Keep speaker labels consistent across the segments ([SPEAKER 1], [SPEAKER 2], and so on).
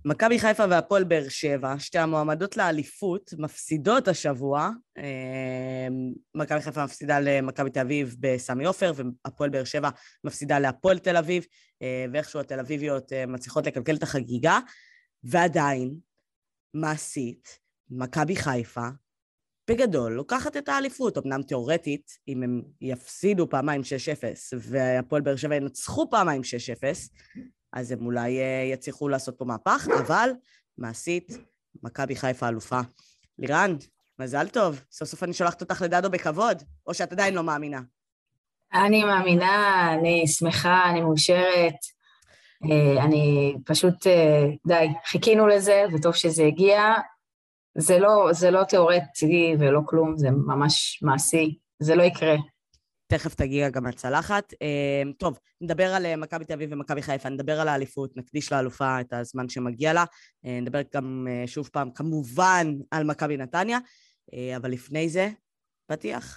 [SPEAKER 1] מכבי חיפה והפועל באר שבע, שתי המועמדות לאליפות, מפסידות השבוע. מכבי חיפה מפסידה למכבי תל אביב בסמי עופר, והפועל באר שבע מפסידה להפועל תל אביב, ואיכשהו התל אביביות מצליחות לקלקל את החגיגה, ועדיין, מעשית, מכבי חיפה, בגדול, לוקחת את האליפות, אמנם תיאורטית, אם הם יפסידו פעמיים 6-0, והפועל באר שבע ינצחו פעמיים 6-0, אז הם אולי יצליחו לעשות פה מהפך, אבל מעשית, מכבי חיפה אלופה. לירן, מזל טוב, סוף סוף אני שולחת אותך לדדו בכבוד, או שאת עדיין לא מאמינה?
[SPEAKER 2] אני מאמינה, אני שמחה, אני מאושרת, אני פשוט, די, חיכינו לזה, וטוב שזה הגיע, זה לא תיאורטי ולא כלום, זה ממש מעשי, זה לא יקרה.
[SPEAKER 1] תכף תגיע גם הצלחת. טוב, נדבר על מכבי תל אביב ומכבי חיפה, נדבר על האליפות, נקדיש לאלופה את הזמן שמגיע לה, נדבר גם שוב פעם כמובן על מכבי נתניה, אבל לפני זה, פתיח.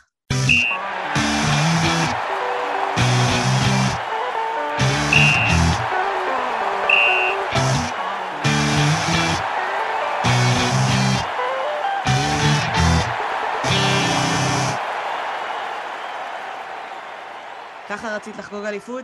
[SPEAKER 1] ככה רצית לחגוג אליפות?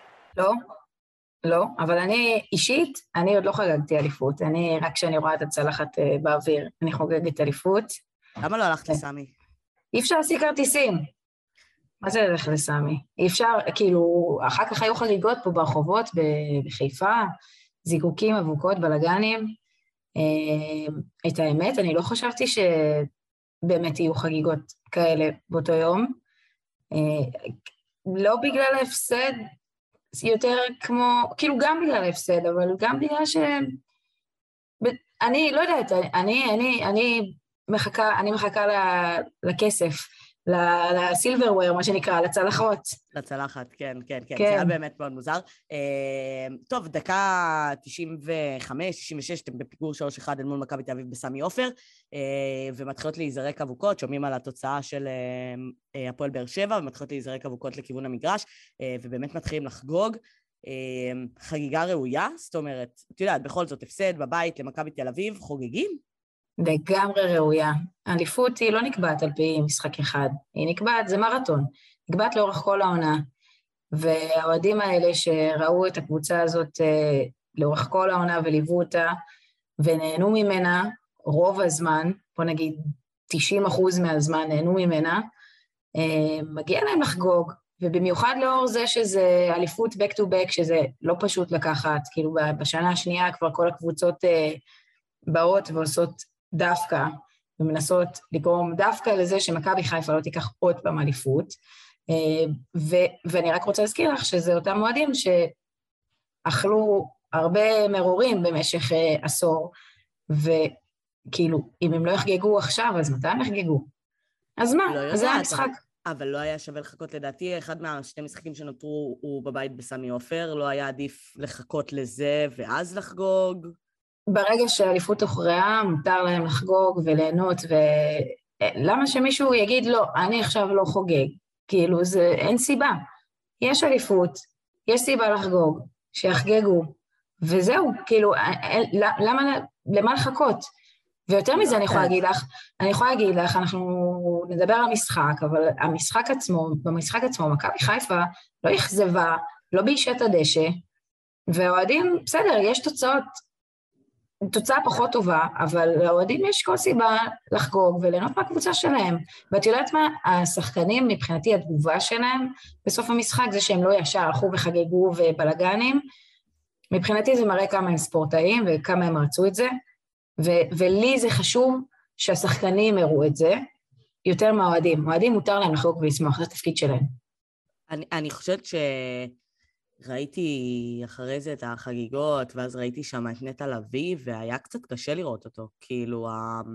[SPEAKER 2] לא, אבל אני אישית, אני עוד לא חגגתי אליפות, רק כשאני רואה את הצלחת באוויר, אני חוגגת אליפות.
[SPEAKER 1] למה לא הלכת לסמי?
[SPEAKER 2] אי אפשר להשיג כרטיסים. מה זה ללכת לסמי? אי אפשר, כאילו, אחר כך היו חגיגות פה ברחובות בחיפה, זיקוקים, אבוקות, בלגנים. את האמת, אני לא חשבתי שבאמת יהיו חגיגות כאלה באותו יום. לא בגלל ההפסד, יותר כמו, כאילו גם בגלל ההפסד, אבל גם בגלל אני לא יודעת, אני מחכה לכסף, לסילברוויר, מה שנקרא, לצלחות.
[SPEAKER 1] לצלחת, כן. זה היה באמת מאוד מוזר. טוב, דקה 95-96, אתם בפיגור 3-1 אל מול מכבי תל אביב בסמי עופר, ומתחילות להיזרק אבוקות, שומעים על התוצאה של הפועל באר שבע, ומתחילות להיזרק אבוקות לכיוון המגרש, ובאמת מתחילים לחגוג. חגיגה ראויה, זאת אומרת, את יודעת, בכל זאת, הפסד בבית למכבי תל אביב, חוגגים?
[SPEAKER 2] לגמרי ראויה. האליפות היא לא נקבעת על פי משחק אחד, היא נקבעת, זה מרתון, נקבעת לאורך כל העונה, והאוהדים האלה שראו את הקבוצה הזאת לאורך כל העונה וליוו אותה, ונהנו ממנה רוב הזמן, בוא נגיד 90% מהזמן נהנו ממנה, מגיע להם לחגוג, ובמיוחד לאור זה שזה אליפות back to back, שזה לא פשוט לקחת, כאילו בשנה השנייה כבר כל הקבוצות באות ועושות דווקא, ומנסות לגרום דווקא לזה שמכבי חיפה לא תיקח עוד פעם אליפות, ואני רק רוצה להזכיר לך שזה אותם מועדים שאכלו הרבה מרורים במשך עשור, וכאילו, אם הם לא יחגגו עכשיו, אז מתי הם יחגגו? אז מה?
[SPEAKER 1] לא
[SPEAKER 2] זה המשחק.
[SPEAKER 1] אבל לא היה שווה לחכות לדעתי, אחד מהשתי משחקים שנותרו הוא בבית בסמי עופר, לא היה עדיף לחכות לזה ואז לחגוג?
[SPEAKER 2] ברגע שהאליפות הוכרעה, מותר להם לחגוג וליהנות, ולמה שמישהו יגיד לא, אני עכשיו לא חוגג, כאילו אין סיבה, יש אליפות, יש סיבה לחגוג, שיחגגו, וזהו, כאילו, למה לחכות? ויותר מזה אני יכולה להגיד לך, אנחנו נדבר על המשחק, אבל במשחק עצמו, מכבי חיפה לא יחזבה, לא בישת הדשא, והאוהדים, בסדר, יש תוצאה פחות טובה, אבל לאוהדים יש כל סיבה לחגוג וליהנות מהקבוצה שלהם. ואת יודעת מה? השחקנים, מבחינתי התגובה שלהם, בסוף המשחק זה שהם לא ישר הלכו וחגגו ובלגנים, מבחינתי זה מראה כמה הם ספורטאים וכמה הם רצו את זה, ולי זה חשוב שהשחקנים הראו את זה, יותר מהאוהדים. האוהדים מותר להם לחגוג ולשמוח, זה התפקיד שלהם.
[SPEAKER 1] אני חושבת ראיתי אחרי זה את החגיגות, ואז ראיתי שם את נטע לביא, והיה קצת קשה לראות אותו. כאילו,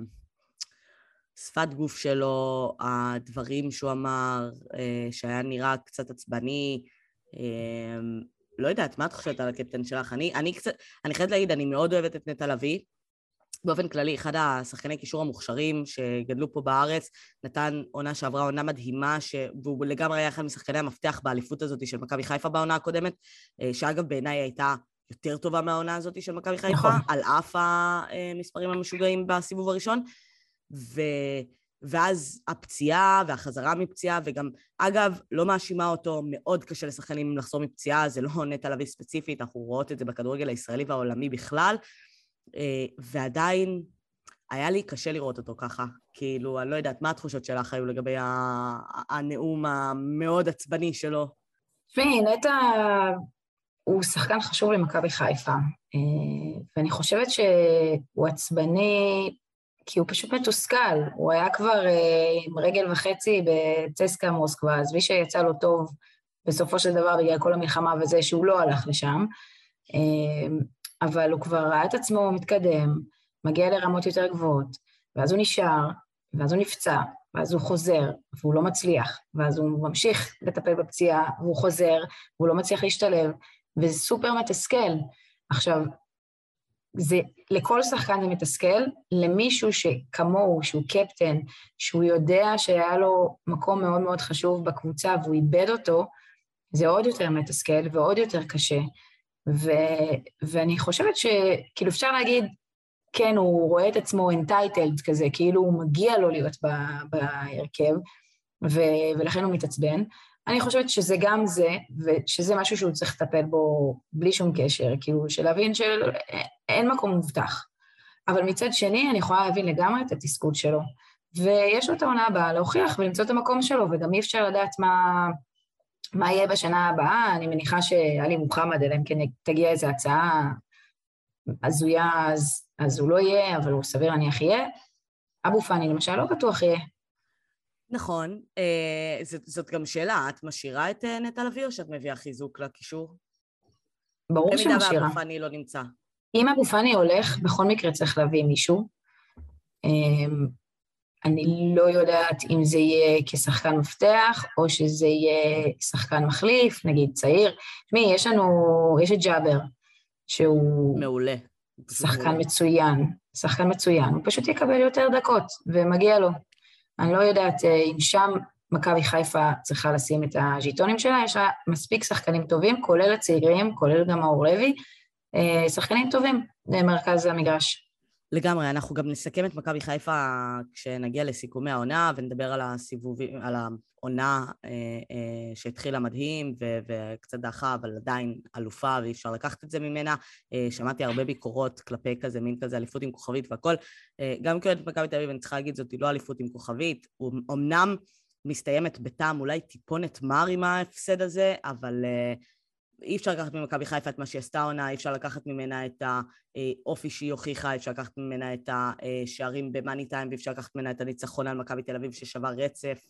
[SPEAKER 1] שפת גוף שלו, הדברים שהוא אמר, שהיה נראה קצת עצבני, לא יודעת, מה את חושבת על הקפטן שלך? אני חייבת להגיד, אני מאוד אוהבת את נטע לביא, באופן כללי, אחד השחקני קישור המוכשרים שגדלו פה בארץ, נתן עונה שעברה עונה מדהימה, והוא לגמרי היה אחד משחקני המפתח באליפות הזאת של מכבי חיפה בעונה הקודמת, שאגב בעיניי הייתה יותר טובה מהעונה הזאת של מכבי חיפה,
[SPEAKER 2] נכון.
[SPEAKER 1] על אף המספרים המשוגעים בסיבוב הראשון, ואז הפציעה והחזרה מפציעה, וגם, אגב, לא מאשימה אותו, מאוד קשה לשחקנים לחזור מפציעה, זה לא נטע לביא ספציפית, אנחנו רואות את זה בכדורגל הישראלי והעולמי בכלל, ועדיין היה לי קשה לראות אותו ככה, כאילו, אני לא יודעת, מה התחושות שלך היו לגבי הנאום המאוד עצבני שלו?
[SPEAKER 2] תשמעי, נטע הוא שחקן חשוב למכבי חיפה, ואני חושבת שהוא עצבני, כי הוא פשוט מתוסכל, הוא היה כבר עם רגל וחצי בצסקה מוסקבה, אז מי שיצא לו טוב בסופו של דבר בגלל כל המלחמה וזה שהוא לא הלך לשם, אבל הוא כבר ראה את עצמו מתקדם, מגיע לרמות יותר גבוהות, ואז הוא נשאר, ואז הוא נפצע, ואז הוא חוזר, והוא לא מצליח, ואז הוא ממשיך לטפל בפציעה, והוא חוזר, והוא לא מצליח להשתלב, וזה סופר מתסכל. עכשיו, לכל שחקן זה מתסכל, למישהו שכמוהו, שהוא קפטן, שהוא יודע שהיה לו מקום מאוד מאוד חשוב בקבוצה, והוא איבד אותו, זה עוד יותר מתסכל ועוד יותר קשה. ואני חושבת שכאילו אפשר להגיד, כן, הוא רואה את עצמו entitled כזה, כאילו הוא מגיע לו להיות בהרכב, ולכן הוא מתעצבן. אני חושבת שזה גם זה, ושזה משהו שהוא צריך לטפל בו בלי שום קשר, כאילו שלהבין שאין מקום מובטח. אבל מצד שני, אני יכולה להבין לגמרי את התסכול שלו, ויש לו את העונה הבאה להוכיח ולמצוא את המקום שלו, וגם אי אפשר לדעת מה יהיה בשנה הבאה. אני מניחה שעלי מוחמד, אלא אם כן תגיע איזו הצעה הזויה, אז הוא לא יהיה, אבל הוא סביר להניח יהיה. אבו פאני למשל לא בטוח יהיה.
[SPEAKER 1] נכון, זאת גם שאלה, את משאירה את נטע לביא או שאת מביאה חיזוק לקישור?
[SPEAKER 2] ברור שמשאירה.
[SPEAKER 1] במידה ואבו פאני לא נמצא.
[SPEAKER 2] אם אבו פאני הולך, בכל מקרה צריך להביא מישהו. אני לא יודעת אם זה יהיה כשחקן מפתח, או שזה יהיה שחקן מחליף, נגיד צעיר. יש את ג'אבר, שהוא
[SPEAKER 1] מעולה.
[SPEAKER 2] שחקן מצוין, הוא פשוט יקבל יותר דקות, ומגיע לו. אני לא יודעת אם שם מכבי חיפה צריכה לשים את הז'יטונים שלה, יש לה מספיק שחקנים טובים, כולל הצעירים, כולל גם מאור לוי, שחקנים טובים למרכז המגרש.
[SPEAKER 1] לגמרי, אנחנו גם נסכם את מכבי חיפה כשנגיע לסיכומי העונה, ונדבר על על העונה שהתחילה מדהים, וקצת דחה, אבל עדיין אלופה, ואי אפשר לקחת את זה ממנה. שמעתי הרבה ביקורות כלפי כזה, מין כזה אליפות עם כוכבית והכל. גם כאוהדת מכבי תל אביב, אני צריכה להגיד, זאת לא אליפות עם כוכבית, אמנם מסתיימת בטעם אולי טיפונת מר עם ההפסד הזה, אבל אי אפשר לקחת ממכבי חיפה את מה שהיא עשתה עונה, אי אפשר לקחת ממנה את האופי שהיא הוכיחה, אי אפשר לקחת ממנה את השערים במאני טיים, ואי אפשר לקחת ממנה את הניצחון על מכבי תל אביב ששבר רצף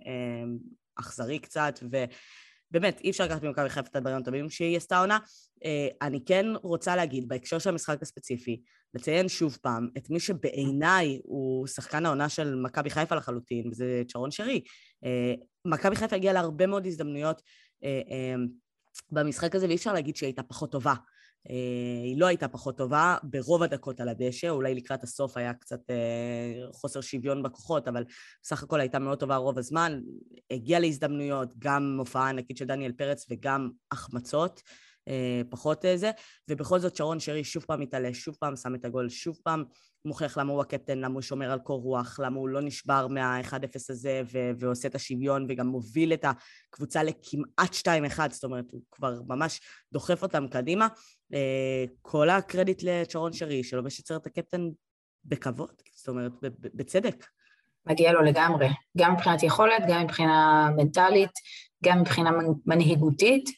[SPEAKER 1] אכזרי קצת, ובאמת אי אפשר לקחת ממכבי חיפה את הדברים טובים שהיא עשתה עונה. אני כן רוצה להגיד, בהקשר של המשחק הספציפי, לציין שוב פעם את מי שבעיניי הוא שחקן העונה של מכבי חיפה לחלוטין, וזה צ'רון שרי. מכבי חיפה הגיעה להרבה מאוד הזדמנויות במשחק הזה, ואי אפשר להגיד שהיא הייתה פחות טובה. היא לא הייתה פחות טובה ברוב הדקות על הדשא, אולי לקראת הסוף היה קצת חוסר שוויון בכוחות, אבל בסך הכל הייתה מאוד טובה רוב הזמן, הגיעה להזדמנויות, גם מופעה ענקית של דניאל פרץ וגם החמצות, פחות זה, ובכל זאת שרון שרי שוב פעם מתעלה, שוב פעם שם את הגול, שוב פעם מוכיח למה הוא הקפטן, למה הוא שומר על קור רוח, למה הוא לא נשבר מה-1-0 הזה ועושה את השוויון וגם מוביל את הקבוצה לכמעט 2-1, זאת אומרת, הוא כבר ממש דוחף אותם קדימה. כל הקרדיט לשרון שרי, שלובש את סרט הקפטן בכבוד, זאת אומרת, בצדק.
[SPEAKER 2] מגיע לו לגמרי, גם מבחינת יכולת, גם מבחינה מנטלית, גם מבחינה מנהיגותית.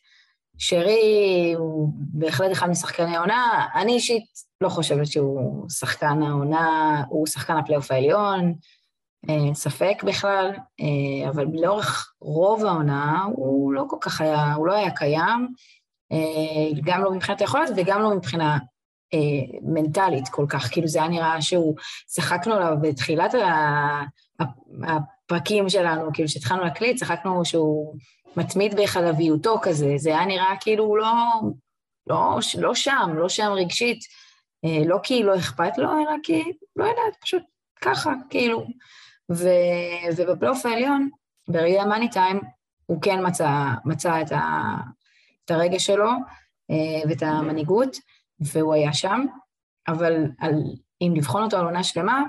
[SPEAKER 2] שרי הוא בהחלט אחד משחקני העונה, אני אישית לא חושבת שהוא שחקן העונה, הוא שחקן הפלייאוף העליון, ספק בכלל, אבל לאורך רוב העונה הוא לא כל כך היה, הוא לא היה קיים, גם לא מבחינת היכולת וגם לא מבחינה מנטלית כל כך, כאילו זה היה נראה שהוא, שחקנו עליו בתחילת הפרקים שלנו, כאילו שהתחלנו להקליט, שחקנו שהוא מתמיד בחלביותו כזה, זה היה נראה כאילו הוא לא שם רגשית, לא כי לא אכפת לו, אלא כי לא יודעת, פשוט ככה, כאילו. ובפלייאוף העליון, ברגעי המאני טיים, הוא כן מצא את הרגע שלו, ואת המנהיגות, והוא היה שם, אבל אם לבחון אותו על עונה שלמה,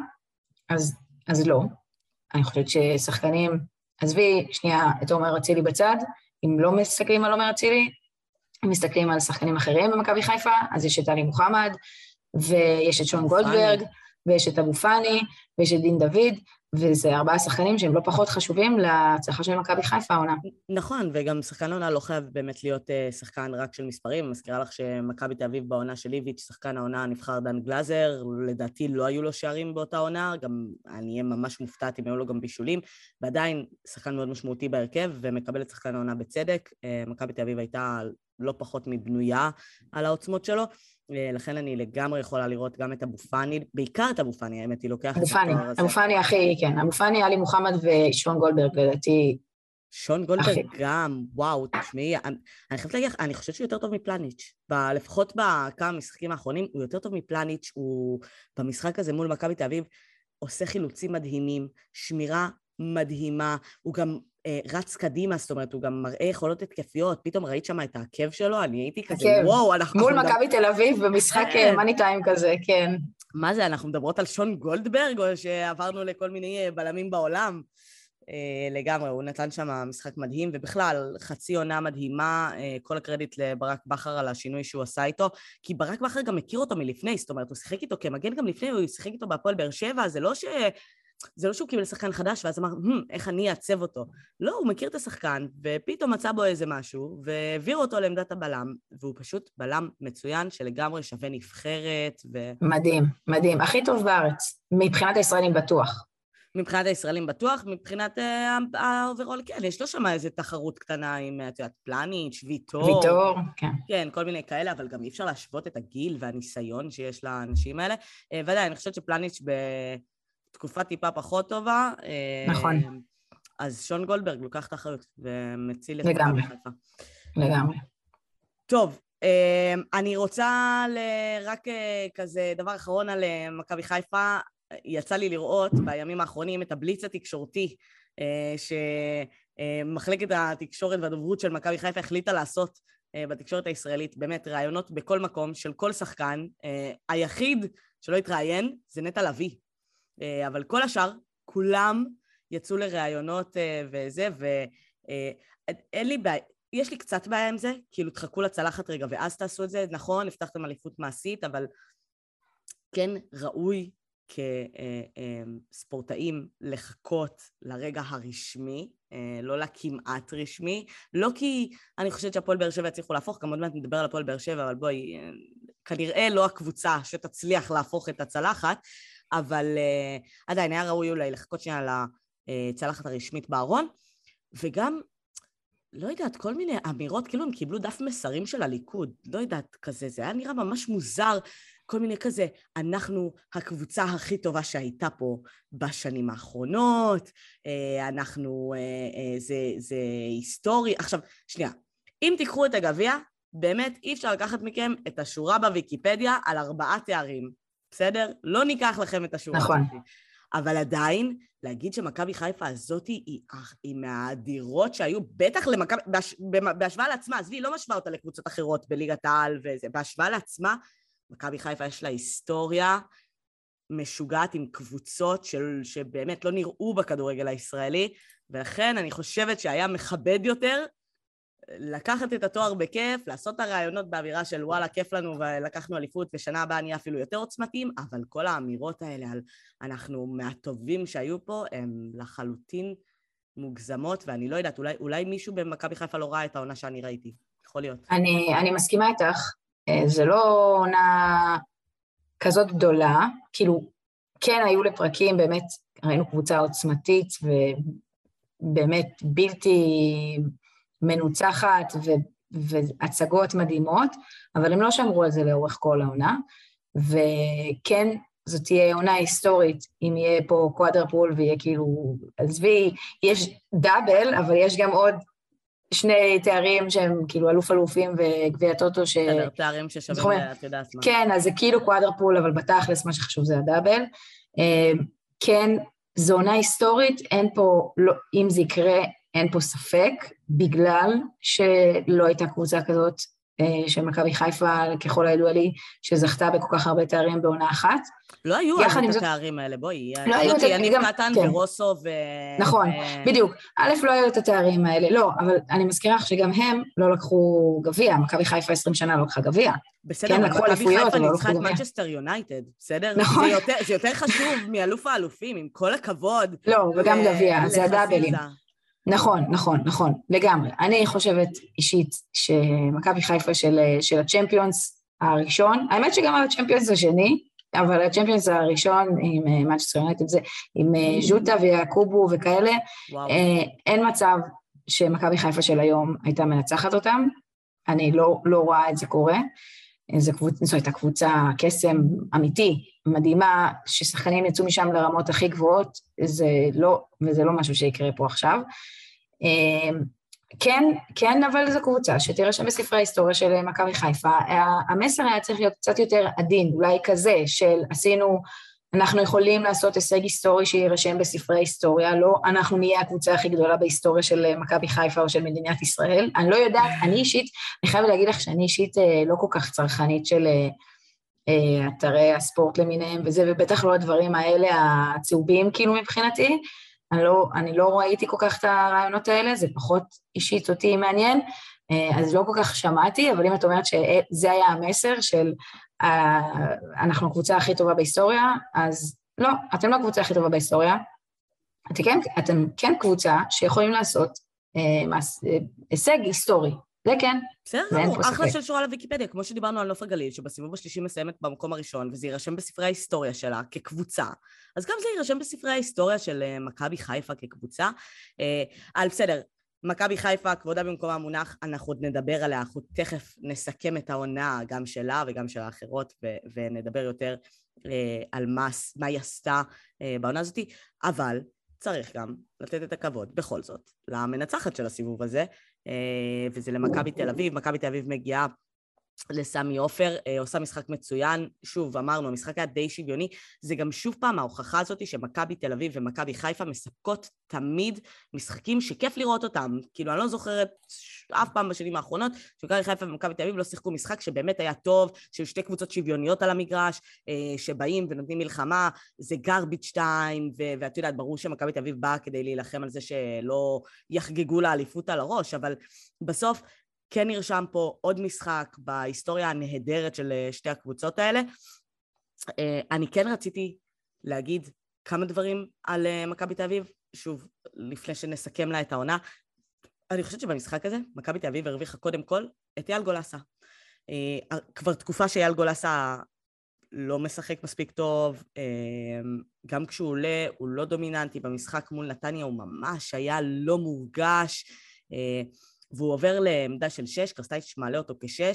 [SPEAKER 2] אז לא. אני חושבת ששחקנים, עזבי שנייה את עומר אצילי בצד, אם לא מסתכלים על עומר אצילי, אם מסתכלים על שחקנים אחרים במכבי חיפה, אז יש את עלי מוחמד, ויש את שון גולדברג, ויש את אבו פאני, ויש את דין דוד, וזה 4 שחקנים שהם לא פחות חשובים להצלחה של מכבי חיפה העונה.
[SPEAKER 1] נכון, וגם שחקן העונה לא חייב באמת להיות שחקן רק של מספרים. אני מזכירה לך שמכבי תל אביב בעונה של ליביץ', שחקן העונה נבחר דן גלאזר, לדעתי לא היו לו שערים באותה עונה, גם אני אהיה ממש מופתעת אם היו לו גם בישולים, ועדיין שחקן מאוד משמעותי בהרכב, ומקבל את שחקן העונה בצדק. מכבי תל אביב הייתה לא פחות מבנויה על העוצמות שלו, לכן אני לגמרי יכולה לראות גם את אבו פאני, בעיקר את אבו פאני, האמת היא לוקח את התואר הזה.
[SPEAKER 2] אבו פאני הכי, כן, אבו פאני, עלי מוחמד ושון גולדברג, לדעתי.
[SPEAKER 1] שון גולדברג גם, וואו, תשמעי, אני חייבת להגיד, אני חושבת שהוא יותר טוב מפלניץ', לפחות בכמה משחקים האחרונים, הוא יותר טוב מפלניץ', הוא במשחק הזה מול מכבי תל אביב, עושה חילוצים מדהימים, שמירה מדהימה, הוא גם רץ קדימה, זאת אומרת, הוא גם מראה יכולות התקפיות, פתאום ראית שם את העקב שלו, אני הייתי כזה, וואו,
[SPEAKER 2] מול מכבי תל אביב במשחק מאני טיים כזה, כן.
[SPEAKER 1] מה זה, אנחנו מדברות על שון גולדברג, או שעברנו לכל מיני בלמים בעולם? לגמרי, הוא נתן שם משחק מדהים, ובכלל, חצי עונה מדהימה, כל הקרדיט לברק בכר על השינוי שהוא עשה איתו, כי ברק בכר גם מכיר אותו מלפני, זאת אומרת, הוא שיחק איתו כמגן גם לפני, הוא שיחק איתו בהפועל באר שבע, זה לא שהוא קיבל שחקן חדש, ואז אמר, איך אני אעצב אותו? לא, הוא מכיר את השחקן, ופתאום מצא בו איזה משהו, והעביר אותו לעמדת הבלם, והוא פשוט בלם מצוין, שלגמרי שווה נבחרת.
[SPEAKER 2] מדהים, מדהים. הכי טוב בארץ, מבחינת הישראלים בטוח.
[SPEAKER 1] מבחינת הישראלים בטוח, מבחינת האוברול, כן, יש לו שם איזו תחרות קטנה עם, את יודעת, פלניץ', ויטור,
[SPEAKER 2] כן.
[SPEAKER 1] כן, כל מיני כאלה, אבל גם אי אפשר להשוות את הגיל והניסיון שיש לאנשים האלה. ודאי, אני חושבת שפלניץ' תקופה טיפה פחות טובה.
[SPEAKER 2] נכון.
[SPEAKER 1] אז שון גולדברג לוקח את האחריות ומציל את
[SPEAKER 2] מכבי חיפה. לגמרי.
[SPEAKER 1] טוב, אני רוצה רק כזה דבר אחרון על מכבי חיפה, יצא לי לראות בימים האחרונים את הבליץ התקשורתי, שמחלקת התקשורת והדוברות של מכבי חיפה החליטה לעשות בתקשורת הישראלית, באמת רעיונות בכל מקום של כל שחקן, היחיד שלא התראיין זה נטע לביא. אבל כל השאר, כולם יצאו לראיונות וזה, ואין לי בעיה, יש לי קצת בעיה עם זה, כאילו תחכו לצלחת רגע ואז תעשו את זה, נכון, הבטחתם אליפות מעשית, אבל כן ראוי כספורטאים לחכות לרגע הרשמי, לא לכמעט רשמי, לא כי אני חושבת שהפועל באר שבע יצליחו להפוך, גם עוד מעט נדבר על הפועל באר שבע, אבל בואי, כנראה לא הקבוצה שתצליח להפוך את הצלחת, אבל עדיין היה ראוי אולי לחכות שנייה לצלחת הרשמית בארון, וגם, לא יודעת, כל מיני אמירות, כאילו הם קיבלו דף מסרים של הליכוד, לא יודעת, כזה, זה היה נראה ממש מוזר, כל מיני כזה, אנחנו הקבוצה הכי טובה שהייתה פה בשנים האחרונות, אנחנו, זה היסטורי, עכשיו, שנייה, אם תיקחו את הגביע, באמת אי אפשר לקחת מכם את השורה בוויקיפדיה על 4 תארים, בסדר? לא ניקח לכם את השורה.
[SPEAKER 2] נכון.
[SPEAKER 1] אבל עדיין, להגיד שמכבי חיפה הזאת היא מהאדירות שהיו, בטח בהשוואה לעצמה, עזבי, לא משווה אותה לקבוצות אחרות בליגת העל וזה, בהשוואה לעצמה, מכבי חיפה יש לה היסטוריה משוגעת עם קבוצות שבאמת לא נראו בכדורגל הישראלי, ולכן אני חושבת שהיה מכבד יותר, לקחת את התואר בכיף, לעשות את הרעיונות באווירה של וואלה, כיף לנו ולקחנו אליפות, ושנה הבאה נהיה אפילו יותר עוצמתיים, אבל כל האמירות האלה על אנחנו מהטובים שהיו פה, הן לחלוטין מוגזמות, ואני לא יודעת, אולי מישהו במכבי חיפה לא ראה את העונה שאני ראיתי, יכול להיות.
[SPEAKER 2] אני מסכימה איתך, זה לא עונה כזאת גדולה, כאילו, כן היו לפרקים, באמת ראינו קבוצה עוצמתית, ובאמת בלתי מנוצחת והצגות מדהימות, אבל הם לא שמרו על זה לאורך כל העונה, וכן, זאת תהיה עונה היסטורית, אם יהיה פה קואדרפול ויהיה כאילו, עזבי, יש דאבל, אבל יש גם עוד 2 תארים שהם כאילו אלוף אלופים וגביע טוטו ש...
[SPEAKER 1] תארים ששווים, את יודעת מה.
[SPEAKER 2] כן, אז זה כאילו קואדרפול, אבל בתכלס מה שחשוב זה הדאבל. כן, זו עונה היסטורית, אין פה, לא, אם זה יקרה, אין פה ספק, בגלל שלא הייתה קבוצה כזאת של מכבי חיפה, ככל הידוע לי, שזכתה בכל כך הרבה תארים בעונה אחת.
[SPEAKER 1] לא היו אז את התארים האלה, בואי.
[SPEAKER 2] לא היו
[SPEAKER 1] זאת יניב קטן ורוסו
[SPEAKER 2] נכון, בדיוק. א', לא היו את התארים האלה, לא, אבל אני מזכירה לך שגם הם לא לקחו גביע, מכבי חיפה 20 שנה לא לקחה גביע.
[SPEAKER 1] בסדר, אבל מכבי חיפה ניצחה את מנצ'סטר יונייטד, בסדר?
[SPEAKER 2] נכון.
[SPEAKER 1] זה יותר חשוב מאלוף האלופים, עם כל הכבוד.
[SPEAKER 2] לא, וגם גביע, זה הדאבלים. נכון, לגמרי. אני חושבת אישית שמכבי חיפה של הצ'מפיונס הראשון, האמת שגם על הצ'מפיונס השני, אבל הצ'מפיונס הראשון עם מנצ'סטר יונייטד, עם ז'וטה ויעקובו וכאלה, אין מצב שמכבי חיפה של היום הייתה מנצחת אותם, אני לא רואה את זה קורה, זו הייתה קבוצה קסם אמיתי, מדהימה, ששחקנים יצאו משם לרמות הכי גבוהות, וזה לא משהו שיקרה פה עכשיו. כן, אבל זו קבוצה שתירשם בספרי ההיסטוריה של מכבי חיפה, המסר היה צריך להיות קצת יותר עדין, אולי כזה, אנחנו יכולים לעשות הישג היסטורי שירשם בספרי ההיסטוריה, לא אנחנו נהיה הקבוצה הכי גדולה בהיסטוריה של מכבי חיפה או של מדינת ישראל, אני לא יודעת, אני חייבת להגיד לך שאני אישית לא כל כך צרכנית של אתרי הספורט למיניהם וזה, ובטח לא הדברים האלה הצהובים כאילו מבחינתי, אני לא ראיתי כל כך את הרעיונות האלה, זה פחות אישית אותי מעניין, אז לא כל כך שמעתי, אבל אם את אומרת שזה היה המסר של אנחנו הקבוצה הכי טובה בהיסטוריה, אז לא, אתם לא הקבוצה הכי טובה בהיסטוריה, אתם כן קבוצה שיכולים לעשות הישג היסטורי, זה כן.
[SPEAKER 1] בסדר, אחלה של שורה לוויקיפדיה, כמו שדיברנו על נוף הגליל, שבסיבוב השלישי מסיימת במקום הראשון, וזה יירשם בספרי ההיסטוריה שלה כקבוצה, אז גם זה יירשם בספרי ההיסטוריה של מכבי חיפה כקבוצה, בסדר, מכבי חיפה, כבודה במקום המונח, אנחנו עוד נדבר עליה, אנחנו תכף נסכם את העונה, גם שלה וגם של האחרות, ונדבר יותר על מה היא עשתה בעונה הזאת, אבל צריך גם לתת את הכבוד, בכל זאת, למנצחת של הסיבוב הזה, וזה למכבי תל אביב. מכבי תל אביב מגיעה לסמי עופר, עושה משחק מצוין, שוב אמרנו, המשחק היה די שוויוני, זה גם שוב פעם ההוכחה הזאת שמכבי תל אביב ומכבי חיפה מספקות תמיד משחקים שכיף לראות אותם, כאילו אני לא זוכרת אף פעם בשנים האחרונות, שמכבי חיפה ומכבי תל אביב לא שיחקו משחק שבאמת היה טוב, שהיו שתי קבוצות שוויוניות על המגרש, שבאים ונותנים מלחמה, זה garbage time, ואת יודעת, ברור שמכבי תל אביב באה כדי להילחם על זה שלא יחגגו לאליפות על הראש, אבל בסוף כן נרשם פה עוד משחק בהיסטוריה הנהדרת של שתי הקבוצות האלה. אני כן רציתי להגיד כמה דברים על מכבי תל אביב, שוב, לפני שנסכם לה את העונה. אני חושבת שבמשחק הזה, מכבי תל אביב הרוויחה קודם כל את אייל גולסה. כבר תקופה שאייל גולסה לא משחק מספיק טוב, גם כשהוא עולה, הוא לא דומיננטי, במשחק מול נתניה הוא ממש היה לא מורגש, והוא עובר לעמדה של 6, קרסטייץ' מעלה אותו כ6,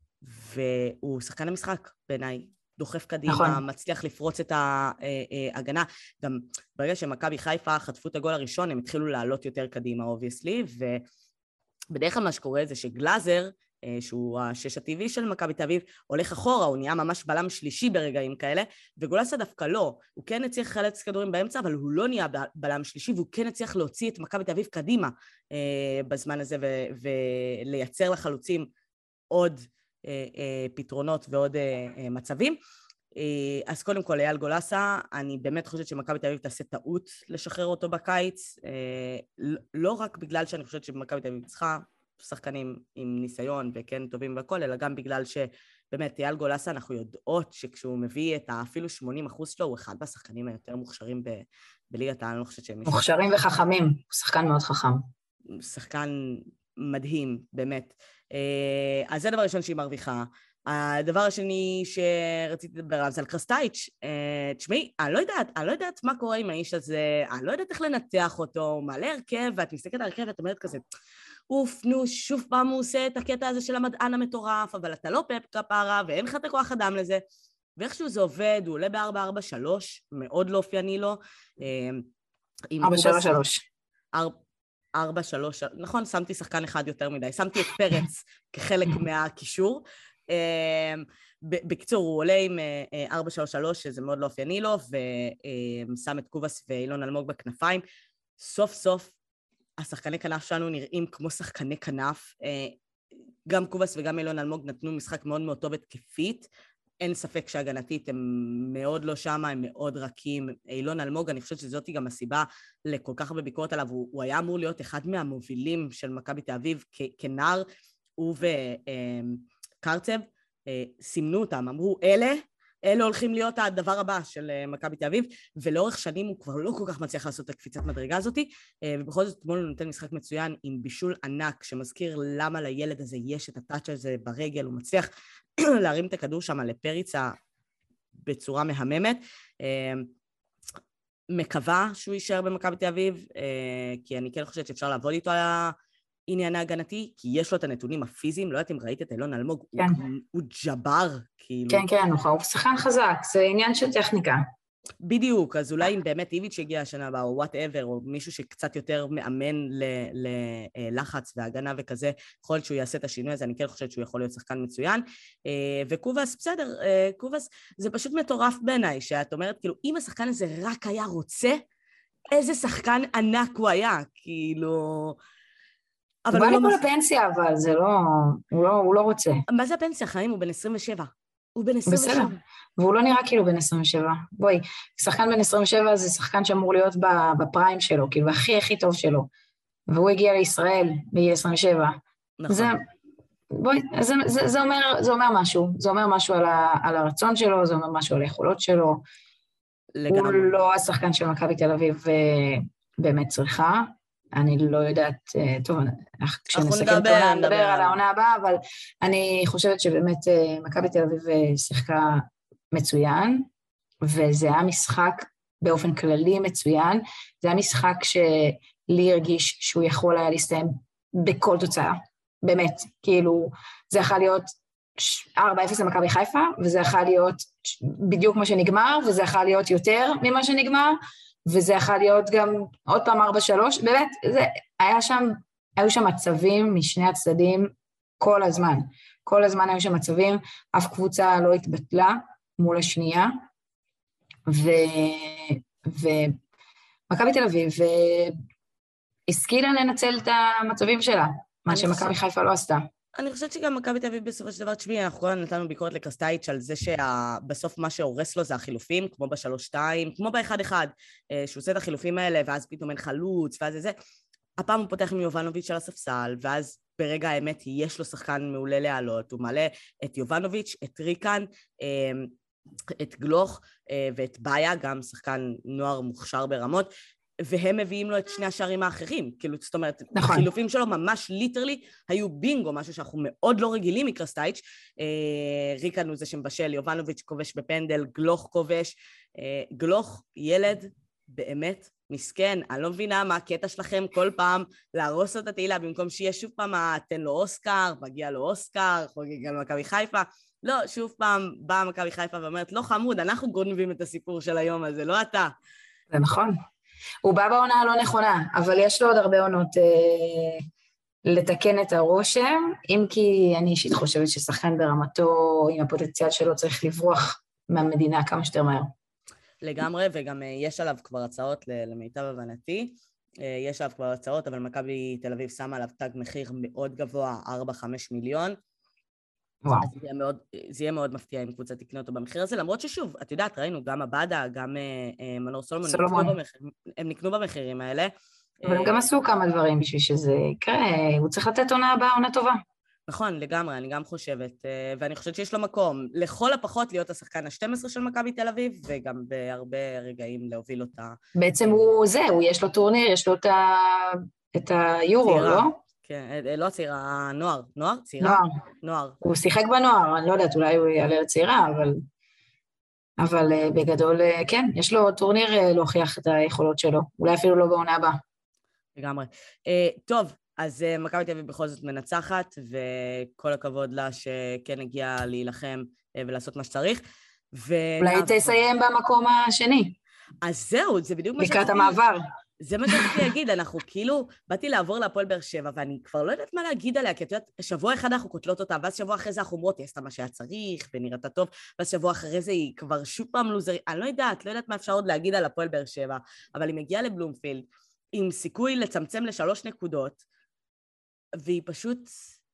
[SPEAKER 1] והוא שחקן המשחק בעיניי, דוחף קדימה, נכון. מצליח לפרוץ את ההגנה, גם ברגע שמכבי חיפה חטפו את הגול הראשון, הם התחילו לעלות יותר קדימה, obviously, ובדרך כלל מה שקורה זה שגלאזר, שהוא השש הטבעי של מכבי תל אביב, הולך אחורה, הוא נהיה ממש בלם שלישי ברגעים כאלה, וגולסה דווקא לא, הוא כן הצליח לחלץ כדורים באמצע, אבל הוא לא נהיה בלם שלישי, והוא כן הצליח להוציא את מכבי תל אביב קדימה בזמן הזה, ולייצר לחלוצים עוד פתרונות ועוד מצבים. אז קודם כל, אייל גולסה, אני באמת חושבת שמכבי תל אביב תעשה טעות לשחרר אותו בקיץ, לא רק בגלל שאני חושבת שמכבי תל אביב צריכה שחקנים עם ניסיון וכן טובים והכל, אלא גם בגלל שבאמת אייל גולסה אנחנו יודעות שכשהוא מביא את אפילו 80% שלו, הוא אחד מהשחקנים היותר מוכשרים בליגת העל, אני לא חושבת שהם...
[SPEAKER 2] מוכשרים וחכמים, הוא שחקן מאוד חכם.
[SPEAKER 1] שחקן מדהים, באמת. אז זה הדבר הראשון שהיא מרוויחה. הדבר השני שרציתי לדבר עליו זה על קרסטייץ'. תשמעי, אני לא יודעת מה קורה עם האיש הזה, אני לא יודעת איך לנתח אותו, הוא מעלה הרכב, ואת מסתכלת על הרכב ואת אומרת כזה, אוף, נו, שוב פעם הוא עושה את הקטע הזה של המדען המטורף, אבל אתה לא פפ כפרה, ואין לך את הכוח אדם לזה, ואיכשהו זה עובד, הוא עולה ב-4-4-3, מאוד לא אופייני לו.
[SPEAKER 2] 4-3-3.
[SPEAKER 1] 4-3, נכון, שמתי שחקן אחד יותר מדי, שמתי את פרץ כחלק מהקישור, בקיצור, הוא עולה עם 4-3-3, שזה מאוד לא אופייני לו, ושם את קובס ואילון אלמוג בכנפיים. סוף סוף, השחקני כנף שלנו נראים כמו שחקני כנף, גם קובס וגם אילון אלמוג נתנו משחק מאוד מאוד טוב התקפית, אין ספק שהגנתית הם מאוד לא שמה, הם מאוד רכים. אילון אלמוג, אני חושבת שזאת גם הסיבה לכל כך הרבה ביקורת עליו, הוא היה אמור להיות אחד מהמובילים של מכבי תל אביב כנער, הוא וקרצב, סימנו אותם, אמרו אלה הולכים להיות הדבר הבא של מכבי תל אביב, ולאורך שנים הוא כבר לא כל כך מצליח לעשות את הקפיצת מדרגה הזאת, ובכל זאת אתמול הוא נותן משחק מצוין עם בישול ענק, שמזכיר למה לילד הזה יש את הטאץ' הזה ברגל, הוא מצליח להרים את הכדור שם לפריצה בצורה מהממת, מקווה שהוא יישאר במכבי תל אביב, כי אני כן חושבת שאפשר לעבוד איתו על העניין ההגנתי, כי יש לו את הנתונים הפיזיים, לא יודעת אם ראית את אילון אלמוג,
[SPEAKER 2] כן.
[SPEAKER 1] הוא ג'בר, כאילו.
[SPEAKER 2] כן, כן, הוא שחקן חזק, זה עניין של טכניקה.
[SPEAKER 1] בדיוק, אז אולי אם באמת איביץ' הגיע השנה הבאה, או whatever, או מישהו שקצת יותר מאמן ללחץ והגנה וכזה, יכול להיות שהוא יעשה את השינוי הזה, אני כן חושבת שהוא יכול להיות שחקן מצוין, וקובס, בסדר, קובס, זה פשוט מטורף בעיניי, שאת אומרת, כאילו, אם השחקן הזה רק היה רוצה, איזה שחקן ענק הוא היה, כאילו...
[SPEAKER 2] הוא בא לפה לפנסיה, אבל זה לא, הוא לא רוצה.
[SPEAKER 1] מה זה הפנסיה, חיים? הוא בן 27. הוא בן 27.
[SPEAKER 2] בסדר, והוא לא נראה כאילו בן 27. בואי, שחקן בן 27 זה שחקן שאמור להיות בפריים שלו, כאילו הכי טוב שלו. והוא הגיע לישראל בגיל 27.
[SPEAKER 1] נכון.
[SPEAKER 2] בואי, זה אומר משהו. זה אומר משהו על הרצון שלו, זה אומר משהו על היכולות שלו. לגמרי. הוא לא השחקן של מכבי תל אביב באמת צריכה. אני לא יודעת, טוב, כשנסכם את העונה, נדבר על העונה הבאה, אבל אני חושבת שבאמת מכבי תל אביב שיחקה מצוין, וזה היה משחק באופן כללי מצוין, זה היה משחק שלי הרגיש שהוא יכול היה להסתיים בכל תוצאה, באמת, כאילו, זה יכול להיות 4-0 למכבי חיפה, וזה יכול להיות בדיוק מה שנגמר, וזה יכול להיות יותר ממה שנגמר, וזה יכול להיות גם עוד פעם 4-3, באמת, היו שם מצבים משני הצדדים כל הזמן היו שם מצבים, אף קבוצה לא התבטלה מול השנייה, ומכבי תל אביב השכילה לנצל את המצבים שלה, מה שמכבי חיפה לא עשתה.
[SPEAKER 1] אני חושבת שגם מכבי תל אביב בסופו של דבר תשמעי, אנחנו כל נתנו ביקורת לקרסטייץ' על זה שבסוף מה שהורס לו זה החילופים, כמו ב-3-2, כמו ב-1-1, שהוא עושה את החילופים האלה, ואז פתאום אין חלוץ, ואז זה. הפעם הוא פותח עם יובנוביץ' על הספסל, ואז ברגע האמת יש לו שחקן מעולה לעלות, הוא מעלה את יובנוביץ', את ריקן, את גלוך ואת באיה, גם שחקן נוער מוכשר ברמות, והם מביאים לו את שני השערים האחרים, כאילו, זאת אומרת, נכון. החילופים שלו ממש ליטרלי היו בינגו, משהו שאנחנו מאוד לא רגילים מקרסטייץ', ריקן הוא זה שמבשל, יובנוביץ' כובש בפנדל, גלוך כובש, גלוך ילד באמת מסכן, אני לא מבינה מה הקטע שלכם כל פעם להרוס את התהילה, במקום שיהיה שוב פעם, תן לו אוסקר, מגיע לו אוסקר, חוגג על מכבי חיפה, לא, שוב פעם באה מכבי חיפה ואומרת, לא חמוד, אנחנו גונבים את הסיפור של היום הזה, לא אתה.
[SPEAKER 2] זה נכון. הוא בא בעונה הלא נכונה, אבל יש לו עוד הרבה עונות לתקן את הרושם, אם כי אני אישית חושבת ששחקן ברמתו, עם הפוטנציאל שלו, צריך לברוח מהמדינה כמה שיותר מהר.
[SPEAKER 1] לגמרי, וגם יש עליו כבר הצעות למיטב הבנתי, יש עליו כבר הצעות, אבל מכבי תל אביב שמה עליו תג מחיר מאוד גבוה, 4-5 מיליון, וואו. אז זה יהיה מאוד מפתיע אם קבוצה תקנה אותו במחיר הזה, למרות ששוב, את יודעת, ראינו גם הבאדה, גם מנור סולומון, הם נקנו במחירים האלה.
[SPEAKER 2] אבל הם גם עשו כמה דברים בשביל שזה יקרה, הוא צריך לתת עונה הבאה, עונה טובה.
[SPEAKER 1] נכון, לגמרי, אני גם חושבת, ואני חושבת שיש לו מקום, לכל הפחות להיות השחקן ה-12 של מכבי תל אביב, וגם בהרבה רגעים להוביל אותה.
[SPEAKER 2] בעצם הוא יש לו טורניר, יש לו את היורו, לא?
[SPEAKER 1] כן, לא הצעירה, נוער, צעירה? נוער.
[SPEAKER 2] הוא שיחק בנוער, אני לא יודעת, אולי הוא יעלה לצעירה, אבל בגדול, כן, יש לו טורניר להוכיח את היכולות שלו, אולי אפילו לא בעונה הבאה.
[SPEAKER 1] לגמרי. טוב, אז מכבי תל אביב בכל זאת מנצחת, וכל הכבוד לה שכן הגיעה להילחם ולעשות מה שצריך.
[SPEAKER 2] אולי תסיים במקום השני.
[SPEAKER 1] אז זהו, זה בדיוק מה
[SPEAKER 2] לקראת המעבר.
[SPEAKER 1] זה מה שרציתי להגיד, אנחנו כאילו, באתי לעבור להפועל באר שבע, ואני כבר לא יודעת מה להגיד עליה, כי את יודעת, שבוע אחד אנחנו קוטלות אותה, ואז שבוע אחרי זה אנחנו אומרות, היא עשתה מה שהיה צריך, ונראתה טוב, ואז שבוע אחרי זה היא כבר שוב פעם לוזרית, אני לא יודעת מה אפשר עוד להגיד על הפועל באר שבע, אבל היא מגיעה לבלומפילד, עם סיכוי לצמצם ל3 נקודות, והיא פשוט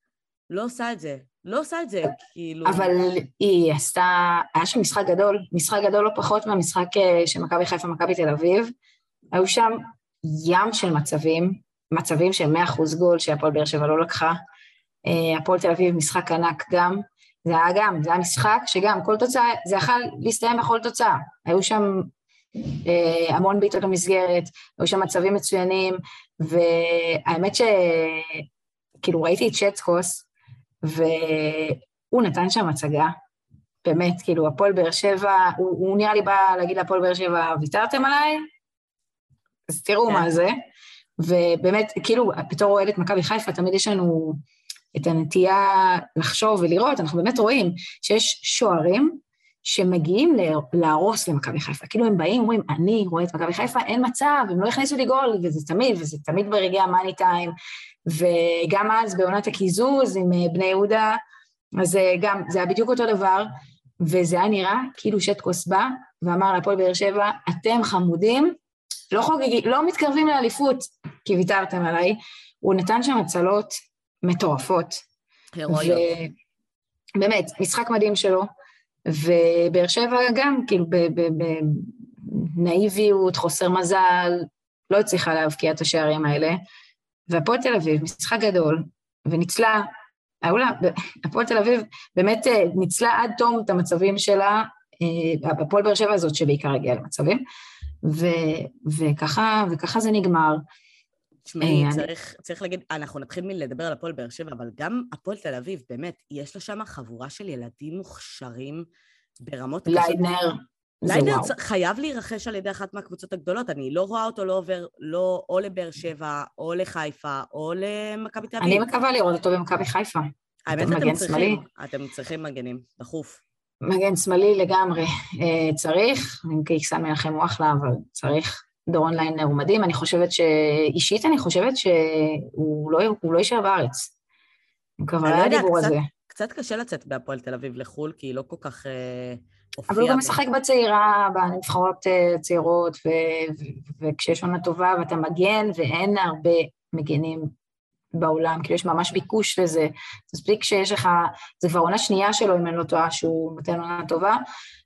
[SPEAKER 1] לא עושה את זה. לא עושה את זה, כאילו...
[SPEAKER 2] אבל היא עשתה, היה שם משחק גדול לא פחות מהמשחק של מכבי חיפה, מכבי תל אביב. היו שם ים של מצבים של 100% גול שהפועל באר שבע לא לקחה. הפועל תל אביב משחק ענק גם. זה היה משחק שגם כל תוצאה, זה יכול להסתיים בכל תוצאה. היו שם המון בעיטות למסגרת, היו שם מצבים מצוינים, והאמת שכאילו ראיתי את שטקוס, והוא נתן שם הצגה, באמת, כאילו הפועל באר שבע, הוא נראה לי בא להגיד להפועל באר שבע, ויתרתם עליי? אז תראו מה זה, ובאמת, כאילו, בתור אוהדת מכבי חיפה, תמיד יש לנו את הנטייה לחשוב ולראות, אנחנו באמת רואים שיש שוערים שמגיעים להרוס למכבי חיפה, כאילו הם באים, אומרים, אני רואה את מכבי חיפה, אין מצב, הם לא הכניסו לי גול, וזה תמיד ברגעי המאני טיים, וגם אז בעונת הקיזוז עם בני יהודה, אז גם, זה היה בדיוק אותו דבר, וזה היה נראה כאילו שטקוס בא, ואמר להפועל באר שבע, אתם חמודים, לא חוגגים, לא מתקרבים לאליפות, כי ויתרתם עליי, הוא נתן שם הצלות מטורפות.
[SPEAKER 1] הירואיות.
[SPEAKER 2] באמת, משחק מדהים שלו, ובאר שבע גם, כאילו, בנאיביות, חוסר מזל, לא הצליחה להבקיע את השערים האלה, והפועל תל אביב, משחק גדול, וניצלה, הפועל תל אביב באמת ניצלה עד תום את המצבים שלה, הפועל באר שבע הזאת שבעיקר הגיעה למצבים, וככה זה נגמר.
[SPEAKER 1] תשמעי, צריך להגיד, אנחנו נתחיל מלדבר על הפועל באר שבע, אבל גם הפועל תל אביב, באמת, יש לה שם חבורה של ילדים מוכשרים ברמות... ליידנר חייב להירכש על ידי אחת מהקבוצות הגדולות, אני לא רואה אותו לא עובר, לא או לבאר שבע, או לחיפה, או למכבי תל אביב.
[SPEAKER 2] אני מקווה לראות אותו במכבי חיפה.
[SPEAKER 1] האמת, אתם צריכים מגנים, דחוף.
[SPEAKER 2] מגן שמאלי לגמרי, צריך, אם קיסן מנחם הוא אחלה, אבל צריך. דורון ליינר הוא מדהים, אישית אני חושבת שהוא לא יישאר בארץ. אני מקווה על הדיבור הזה.
[SPEAKER 1] קצת קשה לצאת בהפועל תל אביב לחול, כי היא לא כל כך
[SPEAKER 2] אבל הוא גם משחק בצעירה, בנבחרות צעירות, וכשיש עונה טובה ואתה מגן, ואין הרבה מגנים בעולם, כאילו יש ממש ביקוש לזה, אז מספיק שיש לך, זה כבר עונה שנייה שלו, אם אני לא טועה, שהוא נותן עונה טובה,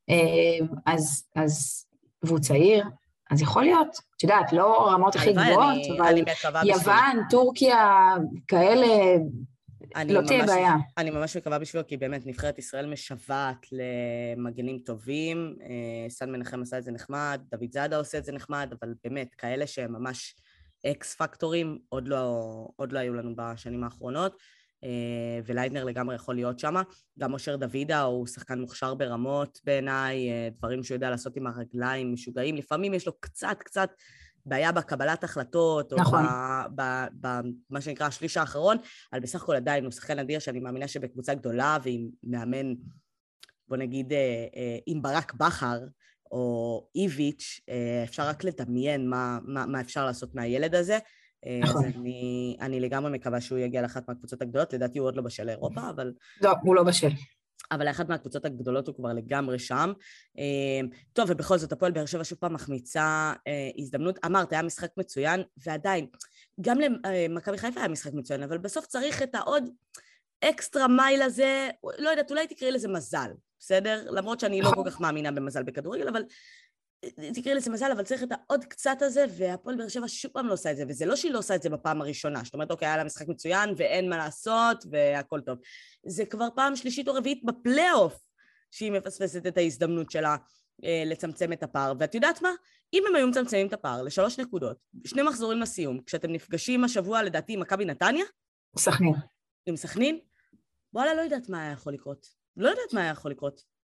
[SPEAKER 2] והוא צעיר, אז יכול להיות, את יודעת, לא רמות הכי גבוהות, אבל יוון, טורקיה, כאלה, לא תהיה בעיה.
[SPEAKER 1] אני ממש מקווה בשבילו, כי באמת נבחרת ישראל משוועת למגנים טובים, סן מנחם עשה את זה נחמד, דוד זאדה עושה את זה נחמד, אבל באמת, כאלה שהם ממש אקס פקטורים, עוד לא היו לנו בשנים האחרונות, וליידנר לגמרי יכול להיות שם. גם אושר דוידה הוא שחקן מוכשר ברמות בעיניי, דברים שהוא יודע לעשות עם הרגליים משוגעים, לפעמים יש לו קצת בעיה בקבלת החלטות, או
[SPEAKER 2] נכון.
[SPEAKER 1] במה שנקרא השליש האחרון, אבל בסך הכל עדיין הוא שחקן אדיר שאני מאמינה שבקבוצה גדולה, ועם מאמן, בוא נגיד, עם ברק בחר, או איביץ', אפשר רק לדמיין מה אפשר לעשות מהילד הזה,
[SPEAKER 2] נכון.
[SPEAKER 1] אז אני לגמרי מקווה שהוא יגיע לאחת מהקבוצות הגדולות, לדעתי הוא עוד לא בשל לאירופה, אבל...
[SPEAKER 2] לא, הוא לא בשל.
[SPEAKER 1] אבל לאחת מהקבוצות הגדולות הוא כבר לגמרי שם. טוב, ובכל זאת, הפועל באר שבע שוב פעם מחמיצה הזדמנות. אמרת, היה משחק מצוין, ועדיין, גם למכבי חיפה היה משחק מצוין, אבל בסוף צריך את העוד אקסטרה מייל הזה, לא יודעת, אולי תקראי לזה מזל, בסדר? למרות שאני לא כל כך מאמינה במזל בכדורגל, אבל תקראי לזה מזל, אבל צריך את העוד קצת הזה, והפועל באר שבע שוב פעם לא עושה את זה, וזה לא שהיא לא עושה את זה בפעם הראשונה, זאת אומרת, אוקיי, היה לה משחק מצוין, ואין מה לעשות, והכל טוב. זה כבר פעם שלישית או רביעית בפלייאוף, שהיא מפספסת את ההזדמנות שלה לצמצם את הפער, ואת יודעת מה? אם הם היו מצמצמים את הפער ל3 נקודות, 2 מחזורים לסיום, כשאתם נפגשים השבוע, לדעתי, עם מכבי נתניה?
[SPEAKER 2] סכנין.
[SPEAKER 1] עם סכנין? וואלה, לא יודעת מה היה יכול לקרות. לא יודעת מה היה יכול לקרות.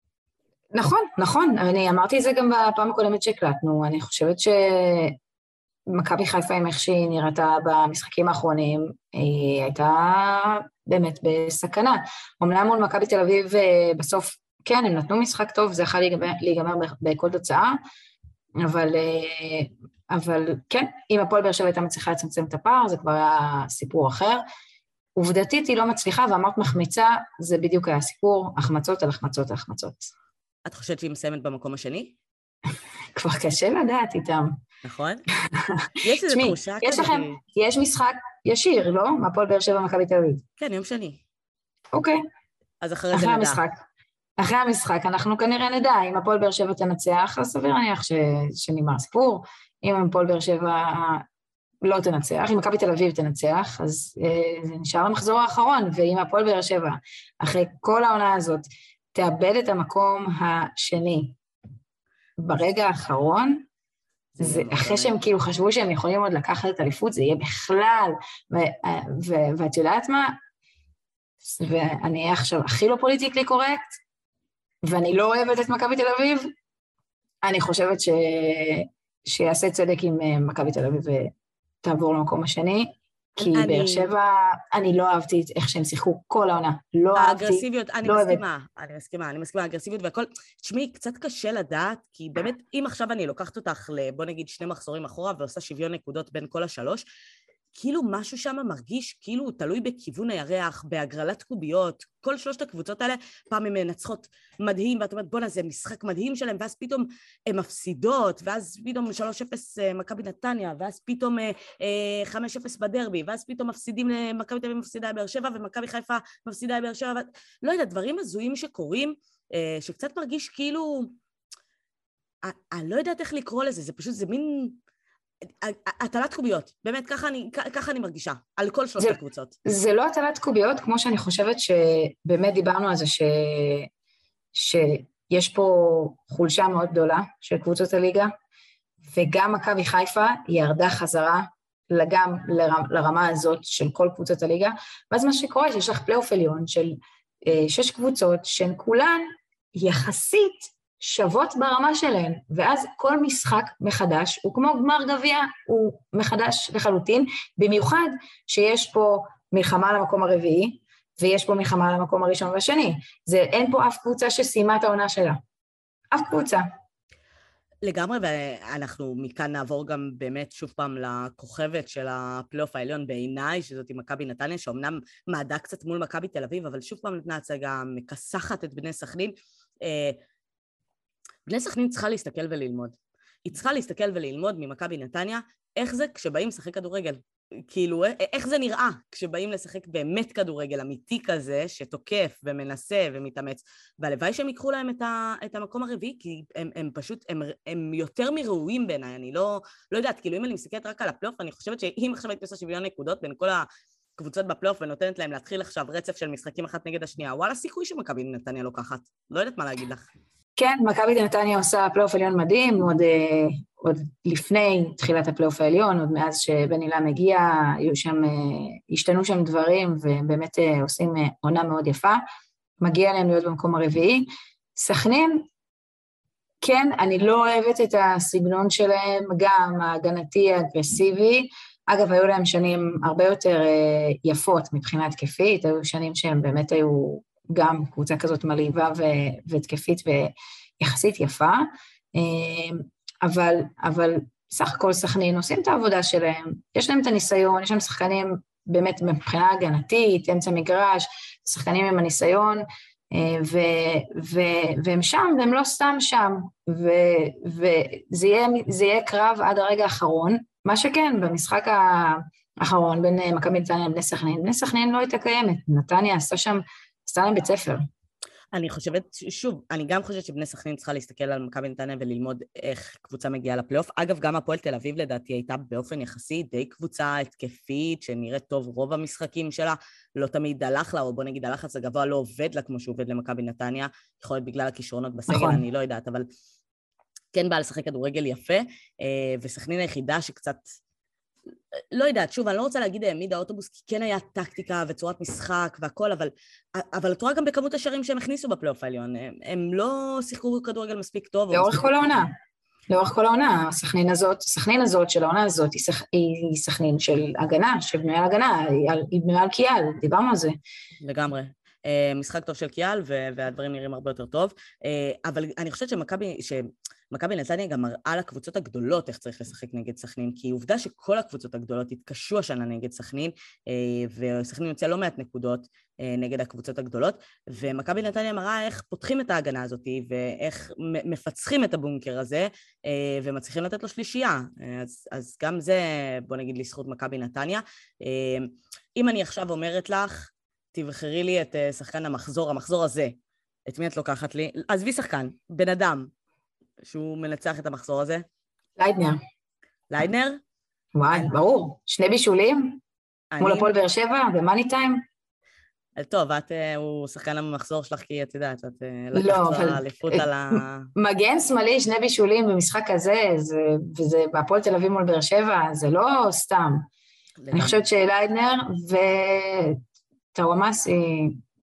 [SPEAKER 2] נכון, אני אמרתי את זה גם בפעם הקודמת שהקלטנו, אני חושבת שמכבי חיפה עם איך שהיא נראתה במשחקים האחרונים, היא הייתה באמת בסכנה. אומנם מול מכבי תל אביב בסוף, כן, הם נתנו משחק טוב, זה יכול להיגמר בכל תוצאה, אבל כן, אם הפועל באר שבע הייתה מצליחה לצמצם את הפער, זה כבר היה סיפור אחר. עובדתית היא לא מצליחה, ואמרת מחמיצה, זה בדיוק היה הסיפור, החמצות על החמצות על החמצות.
[SPEAKER 1] את חושבת שהיא מסיימת במקום השני?
[SPEAKER 2] כבר קשה לדעת איתם.
[SPEAKER 1] נכון? יש איזו תחושה כזאת.
[SPEAKER 2] יש משחק ישיר, לא? מהפועל באר שבע מכבי תל אביב.
[SPEAKER 1] כן, יום שני.
[SPEAKER 2] אוקיי.
[SPEAKER 1] אז אחרי זה נדע.
[SPEAKER 2] אחרי המשחק אנחנו כנראה נדע, אם הפועל באר שבע תנצח, אז סביר להניח שנגמר סיפור, אם הפועל באר שבע לא תנצח, אם מכבי תל אביב תנצח, אז זה נשאר המחזור האחרון, ואם הפועל באר שבע, אחרי כל העונה הזאת, תאבד את המקום השני ברגע האחרון, זה אחרי שהם כאילו חשבו שהם יכולים עוד לקחת את אליפות, זה יהיה בכלל, ואת יודעת מה? ואני אהיה עכשיו הכי לא פוליטיקלי קורקט, ואני לא אוהבת את מכבי תל אביב, אני חושבת שיעשה צדק עם מכבי תל אביב ותעבור למקום השני, כי באר שבע, אני לא אהבתי איך שהם שיחקו כל העונה, לא אהבתי.
[SPEAKER 1] האגרסיביות, אני מסכימה, האגרסיביות והכל, תשמעי, קצת קשה לדעת, כי באמת, אם עכשיו אני לוקחת אותך בוא נגיד 2 מחזורים אחורה, ועושה שוויון נקודות בין כל 3, כאילו משהו שם מרגיש, כאילו הוא תלוי בכיוון הירח, בהגרלת קוביות, כל 3 הקבוצות האלה, פעם הן מנצחות מדהים, ואת אומרת, בונה, זה משחק מדהים שלהם, ואז פתאום הן מפסידות, ואז פתאום 3-0 מכבי נתניה, ואז פתאום 5-0 בדרבי, ואז פתאום מפסידים למכבי תל אביב מפסידה באר שבע, ומכבי חיפה מפסידה באר שבע, לא יודעת, דברים הזויים שקורים, שקצת מרגיש כאילו, אני לא יודעת איך לקרוא לזה, זה פשוט, זה מין הטלת קוביות, באמת, ככה אני מרגישה, על כל 3 הקבוצות.
[SPEAKER 2] זה לא הטלת קוביות, כמו שאני חושבת שבאמת דיברנו על זה, שיש פה חולשה מאוד גדולה של קבוצות הליגה, וגם מכבי חיפה ירדה חזרה גם לרמה הזאת של כל קבוצות הליגה, ואז מה שקורה, שיש לך פלייאוף עליון של 6 קבוצות, שהן כולן יחסית שוות ברמה שלהן, ואז כל משחק מחדש, הוא כמו גמר גביע, הוא מחדש לחלוטין, במיוחד שיש פה מלחמה למקום הרביעי, ויש פה מלחמה למקום הראשון והשני. אין פה אף קבוצה שסיימה את העונה שלה. אף קבוצה.
[SPEAKER 1] לגמרי, ואנחנו מכאן נעבור גם באמת שוב פעם לכוכבת של הפלייאוף העליון בעיניי, שזאת עם מכבי נתניה, שאומנם מעדה קצת מול מכבי תל אביב, אבל שוב פעם נתנה הצגה מכסחת את בני סכנין. בני סכנין צריכה להסתכל וללמוד. היא צריכה להסתכל וללמוד ממכבי נתניה, איך זה כשבאים לשחק כדורגל. כאילו, איך זה נראה כשבאים לשחק באמת כדורגל אמיתי כזה, שתוקף ומנסה ומתאמץ, והלוואי שהם ייקחו להם את המקום הרביעי, כי הם פשוט, הם יותר מראויים בעיניי, אני לא יודעת, כאילו אם אני מסתכלת רק על הפלייאוף, אני חושבת שאם עכשיו הייתי עושה שוויון נקודות בין כל הקבוצות בפלייאוף, ונותנת להם להתחיל עכשיו רצף של משחקים אחת נגד השנייה, וואלה, סיכוי שמכבי נתניה לוקחת. לא יודעת מה להגיד לך.
[SPEAKER 2] כן, מכבי נתניה עושה פלייאוף עליון מדהים, עוד לפני תחילת הפלייאוף העליון, עוד מאז שבן אילם הגיע, השתנו שם דברים, ובאמת עושים עונה מאוד יפה, מגיע להם להיות במקום הרביעי. סכנין, כן, אני לא אוהבת את הסגנון שלהם, גם ההגנתי, האגרסיבי, אגב, היו להם שנים הרבה יותר יפות מבחינה התקפית, היו שנים שהם באמת היו גם קבוצה כזאת מלהיבה והתקפית ויחסית יפה, אבל סך הכל סכנין עושים את העבודה שלהם, יש להם את הניסיון, יש להם שחקנים באמת מבחינה הגנתית, אמצע מגרש, שחקנים עם הניסיון, והם שם, והם לא סתם שם, וזה יהיה קרב עד הרגע האחרון, מה שכן, במשחק האחרון בין מכבי נתניה לבני סכנין, בני סכנין לא הייתה קיימת, נתניה עשתה להם בית ספר.
[SPEAKER 1] אני חושבת, שוב, אני גם חושבת שבני סכנין צריכה להסתכל על מכבי נתניה וללמוד איך קבוצה מגיעה לפלייאוף. אגב, גם הפועל תל אביב לדעתי הייתה באופן יחסי די קבוצה התקפית, שנראית טוב רוב המשחקים שלה, לא תמיד הלך לה, או בוא נגיד הלחץ הגבוה לא עובד לה כמו שהוא עובד למכבי נתניה, יכול להיות בגלל הכישרונות בסגל, נכון. אני לא יודעת, אבל כן בא לשחק כדורגל יפה, וסכנין היחידה שקצת לא יודעת, שוב, אני לא רוצה להגיד העמיד האוטובוס, כי כן היה טקטיקה וצורת משחק והכל, אבל את רואה גם בכמות השערים שהם הכניסו בפלייאוף העליון, הם לא שיחקו כדורגל מספיק טוב.
[SPEAKER 2] לאורך כל העונה, הסכנין הזאת של העונה הזאת, היא סכנין של הגנה, שבנויה על הגנה, היא בנויה על קיאל, דיברנו על זה.
[SPEAKER 1] לגמרי. משחק טוב של קיאל, והדברים נראים הרבה יותר טוב, אבל אני חושבת מכבי נתניה גם מראה לקבוצות הגדולות איך צריך לשחק נגד סכנין, כי עובדה שכל הקבוצות הגדולות התקשו השנה נגד סכנין, וסכנין יוצא לא מעט נקודות נגד הקבוצות הגדולות, ומכבי נתניה מראה איך פותחים את ההגנה הזאת, ואיך מפצחים את הבונקר הזה, ומצליחים לתת לו שלישייה. אז גם זה, בוא נגיד, לזכות מכבי נתניה. אם אני עכשיו אומרת לך, תבחרי לי את שחקן המחזור הזה, את מי את לוקחת לי? עזבי שחקן, בן אדם, שהוא מנצח את המחזור הזה.
[SPEAKER 2] ליידנר.
[SPEAKER 1] ליידנר?
[SPEAKER 2] וואי, ברור. 2 בישולים, מול הפועל באר שבע, במאני טיים.
[SPEAKER 1] טוב, הוא שחקן המחזור שלך, כי את יודעת, את
[SPEAKER 2] לא,
[SPEAKER 1] לקחת אליפות על ה...
[SPEAKER 2] מגן שמאלי, 2 בישולים במשחק הזה, וזה בהפועל תל אביב מול באר שבע, זה לא סתם. אני חושבת שליידנר וטאוואמאסי,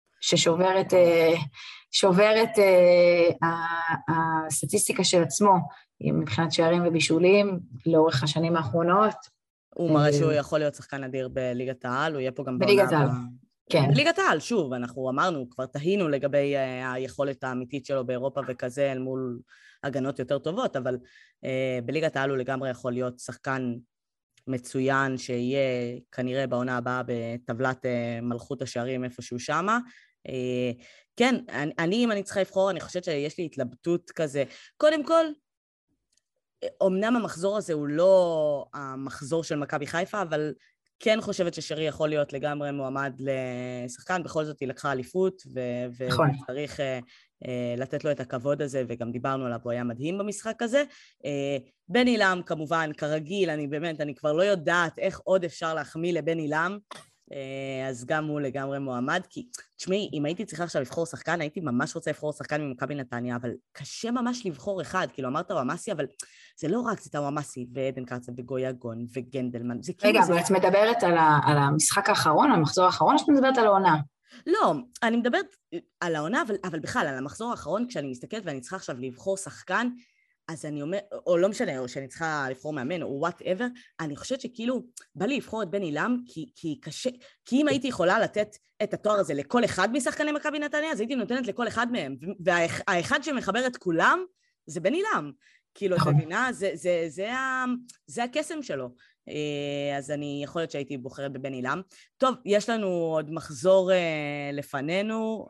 [SPEAKER 2] ששובר את הסטטיסטיקה של עצמו, מבחינת שערים ובישולים, לאורך השנים האחרונות.
[SPEAKER 1] הוא מראה שהוא יכול להיות שחקן אדיר בליגת העל, הוא יהיה פה גם
[SPEAKER 2] בליגת העל, כן.
[SPEAKER 1] בליגת העל, שוב, אנחנו אמרנו, כבר תהינו לגבי היכולת האמיתית שלו באירופה וכזה, אל מול הגנות יותר טובות, אבל בליגת העל הוא לגמרי יכול להיות שחקן מצוין, שיהיה כנראה בעונה הבאה בטבלת מלכות השערים איפשהו שמה. כן, אם אני צריכה לבחור, אני חושבת שיש לי התלבטות כזה. קודם כל, אמנם המחזור הזה הוא לא המחזור של מכבי חיפה, אבל כן חושבת ששרי יכול להיות לגמרי מועמד לשחקן, בכל זאת היא לקחה אליפות, וצריך לתת לו את הכבוד הזה, וגם דיברנו עליו, הוא היה מדהים במשחק הזה. בן אילם, כמובן, כרגיל, אני כבר לא יודעת איך עוד אפשר להחמיא לבן אילם, אז גם הוא לגמרי מועמד, כי תשמעי, אם הייתי צריכה עכשיו לבחור שחקן, הייתי ממש רוצה לבחור שחקן ממכבי נתניה, אבל קשה ממש לבחור אחד, כאילו אמרת טאוואמאסי, אבל זה לא רק, זה טאוואמאסי ועדן קרצה וגויה גון וגנדלמן.
[SPEAKER 2] רגע, אבל את מדברת על המשחק האחרון, על המחזור האחרון, או שאת מדברת על העונה?
[SPEAKER 1] לא, אני מדברת על העונה, אבל בכלל, על המחזור האחרון, כשאני מסתכלת ואני צריכה עכשיו לבחור שחקן, אז אני אומר, או לא משנה, או שאני צריכה לבחור מאמן, או whatever, אני חושבת שכאילו, בא לי לבחור את בן אילם, כי קשה, כי אם הייתי יכולה לתת את התואר הזה לכל אחד משחקני מכבי נתניה, אז הייתי נותנת לכל אחד מהם, והאחד שמחבר את כולם, זה בן אילם. כאילו, את מבינה, זה הקסם שלו. אז אני יכול להיות שהייתי בוחרת בבן אילם. טוב, יש לנו עוד מחזור לפנינו,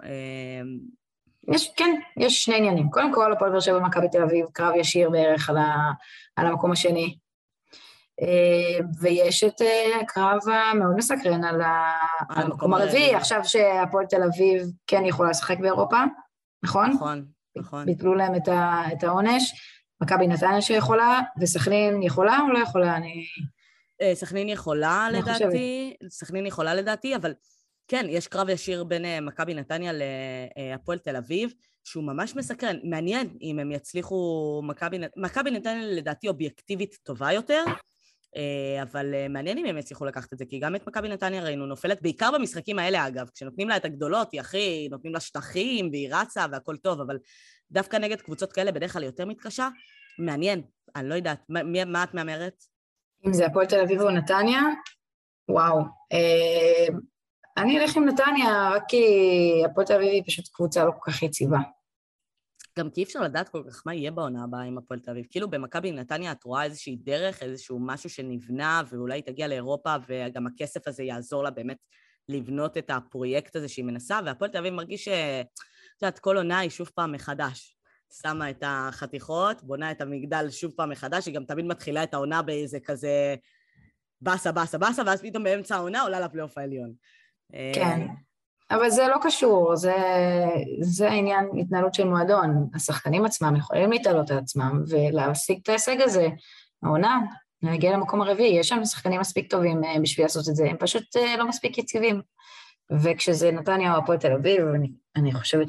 [SPEAKER 2] יש 2 עניינים. קודם כל, הפועל באר שבע ומכבי תל אביב, קרב ישיר בערך על המקום השני. ויש את הקרב המאוד מסקרן על המקום הרביעי, עכשיו שהפועל תל אביב כן יכולה לשחק באירופה, נכון?
[SPEAKER 1] נכון.
[SPEAKER 2] ביטלו להם את העונש, מכבי נתניה שיכולה, וסכנין יכולה או לא יכולה?
[SPEAKER 1] סכנין יכולה לדעתי, אבל כן, יש קרב ישיר בין מכבי נתניה להפועל תל אביב, שהוא ממש מסקרן. מעניין אם הם יצליחו, מכבי נתניה לדעתי אובייקטיבית טובה יותר, אבל מעניין אם הם יצליחו לקחת את זה, כי גם את מכבי נתניה ראינו נופלת, בעיקר במשחקים האלה אגב, כשנותנים לה את הגדולות, היא הכי, נותנים לה שטחים, והיא רצה והכל טוב, אבל דווקא נגד קבוצות כאלה בדרך כלל יותר מתקשה. מעניין, אני לא יודעת, מה את מאמרת?
[SPEAKER 2] אם זה הפועל תל אביב או נתניה, וואו. אני אלך עם נתניה, רק כי הפועל תל אביב היא פשוט קבוצה לא כל כך יציבה.
[SPEAKER 1] גם כי אי אפשר לדעת כל כך מה יהיה בעונה הבאה עם הפועל תל אביב. כאילו במכבי נתניה את רואה איזושהי דרך, איזשהו משהו שנבנה, ואולי תגיע לאירופה, וגם הכסף הזה יעזור לה באמת לבנות את הפרויקט הזה שהיא מנסה, והפועל תל אביב מרגיש שאת כל עונה היא שוב פעם מחדש. שמה את החתיכות, בונה את המגדל שוב פעם מחדש, היא גם תמיד מתחילה את העונה באיזה כזה בסה, ואז פתאום באמצע העונה עולה לפלייאוף העליון.
[SPEAKER 2] כן, אבל זה לא קשור, זה העניין התנהלות של מועדון. השחקנים עצמם יכולים להתעלות על עצמם ולהשיג את ההישג הזה. העונה, נגיע למקום הרביעי, יש שם שחקנים מספיק טובים בשביל לעשות את זה, הם פשוט לא מספיק יציבים. וכשזה נתניה או הפועל תל אביב, אני חושבת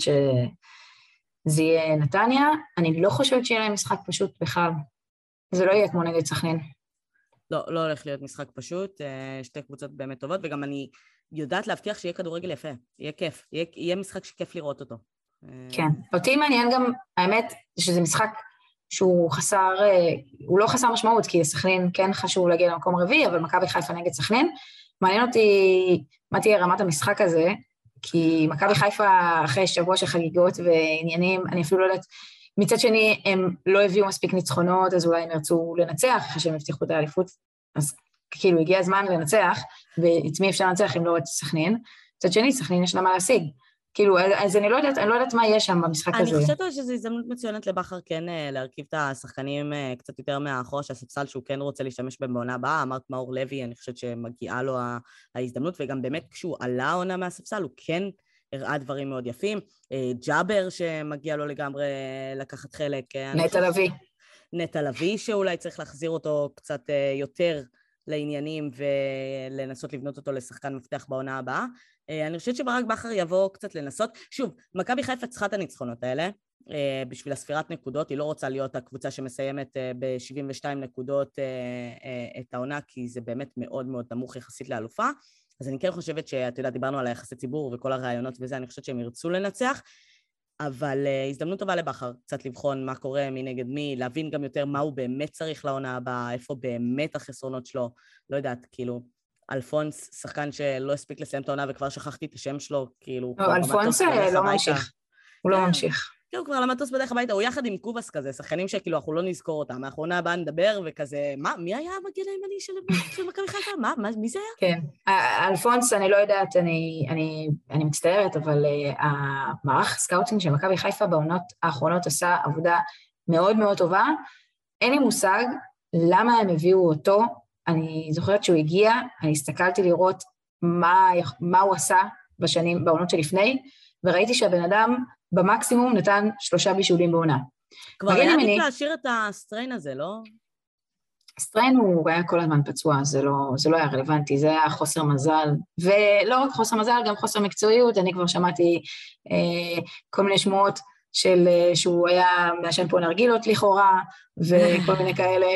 [SPEAKER 2] שזה יהיה נתניה, אני לא חושבת שיהיה להם משחק פשוט בכלל. זה לא יהיה כמו נגד סכנין.
[SPEAKER 1] לא הולך להיות משחק פשוט, 2 קבוצות באמת טובות, וגם אני יודעת להבטיח שיהיה כדורגל יפה, יהיה כיף, יהיה משחק שכיף לראות אותו.
[SPEAKER 2] כן, אותי מעניין גם, האמת, שזה משחק שהוא חסר, הוא לא חסר משמעות, כי סכנין כן חשוב להגיע למקום רביעי, אבל מכבי חיפה נגד סכנין, מעניין אותי מה תהיה רמת המשחק הזה, כי מכבי חיפה אחרי שבוע של חגיגות ועניינים, אני אפילו לא יודעת, מצד שני הם לא הביאו מספיק ניצחונות, אז אולי הם ירצו לנצח, אחרי שהם הבטיחו את האליפות, אז כאילו הגיע הזמן לנצח, ואת מי אפשר לנצח אם לא את סכנין, מצד שני סכנין יש לה מה להשיג, כאילו, אז אני לא יודעת מה יש שם במשחק הזה.
[SPEAKER 1] אני חושבת שזו הזדמנות מצוינת לבחר כן להרכיב את השחקנים קצת יותר מאחור, שהספסל שהוא כן רוצה להשתמש בהם בעונה הבאה, אמרת מאור לוי, אני חושבת שמגיעה לו ההזדמנות, וגם באמת כשהוא עלה עונה מהספסל, הוא כן הראה דברים מאוד יפים, ג'אבר שמגיע לו לגמרי לקחת חלק.
[SPEAKER 2] נטע לביא.
[SPEAKER 1] נטע לביא שאולי צריך להחזיר אותו קצת יותר לעניינים ולנסות לבנות אותו לשחקן מפתח בעונה הבאה. אני חושבת שברק בכר יבוא קצת לנסות. שוב, מכבי חיפה צריכה את הניצחונות האלה בשביל הספירת נקודות, היא לא רוצה להיות הקבוצה שמסיימת ב-72 נקודות את העונה, כי זה באמת מאוד מאוד נמוך יחסית לאלופה. אז אני כן חושבת שאתה יודע, דיברנו על היחסי ציבור וכל הרעיונות וזה, אני חושבת שהם ירצו לנצח, אבל הזדמנות טובה לבחר, קצת לבחון מה קורה, מי נגד מי, להבין גם יותר מה הוא באמת צריך לעונה הבאה, איפה באמת החסרונות שלו, לא יודעת, כאילו, אלפונס, שחקן שלא הספיק לסיים את העונה וכבר שכחתי את השם שלו, כאילו...
[SPEAKER 2] אלפונס לא ממשיך, הוא לא ממשיך.
[SPEAKER 1] הוא כבר למטוס בדרך הביתה, הוא יחד עם קובס כזה, שחקנים שכאילו אנחנו לא נזכור אותם, האחרונה הבאה נדבר וכזה, מה, מי היה המגן הימני של מכבי חיפה? מי זה היה?
[SPEAKER 2] כן, אלפונס, אני לא יודעת, אני מצטערת, אבל המערך סקאוטינג של מכבי חיפה בעונות האחרונות עשה עבודה מאוד מאוד טובה, אין לי מושג למה הם הביאו אותו, אני זוכרת שהוא הגיע, אני הסתכלתי לראות מה הוא עשה בעונות שלפני, וראיתי שהבן אדם במקסימום נתן 3 בישולים בעונה.
[SPEAKER 1] כבר היה עדיף להשאיר את הסטריין הזה, לא?
[SPEAKER 2] הסטריין הוא היה כל הזמן פצוע, זה לא היה רלוונטי, זה היה חוסר מזל, ולא רק חוסר מזל, גם חוסר מקצועיות, אני כבר שמעתי כל מיני שמועות שהוא היה מעשן פה נרגילות לכאורה, וכל מיני כאלה,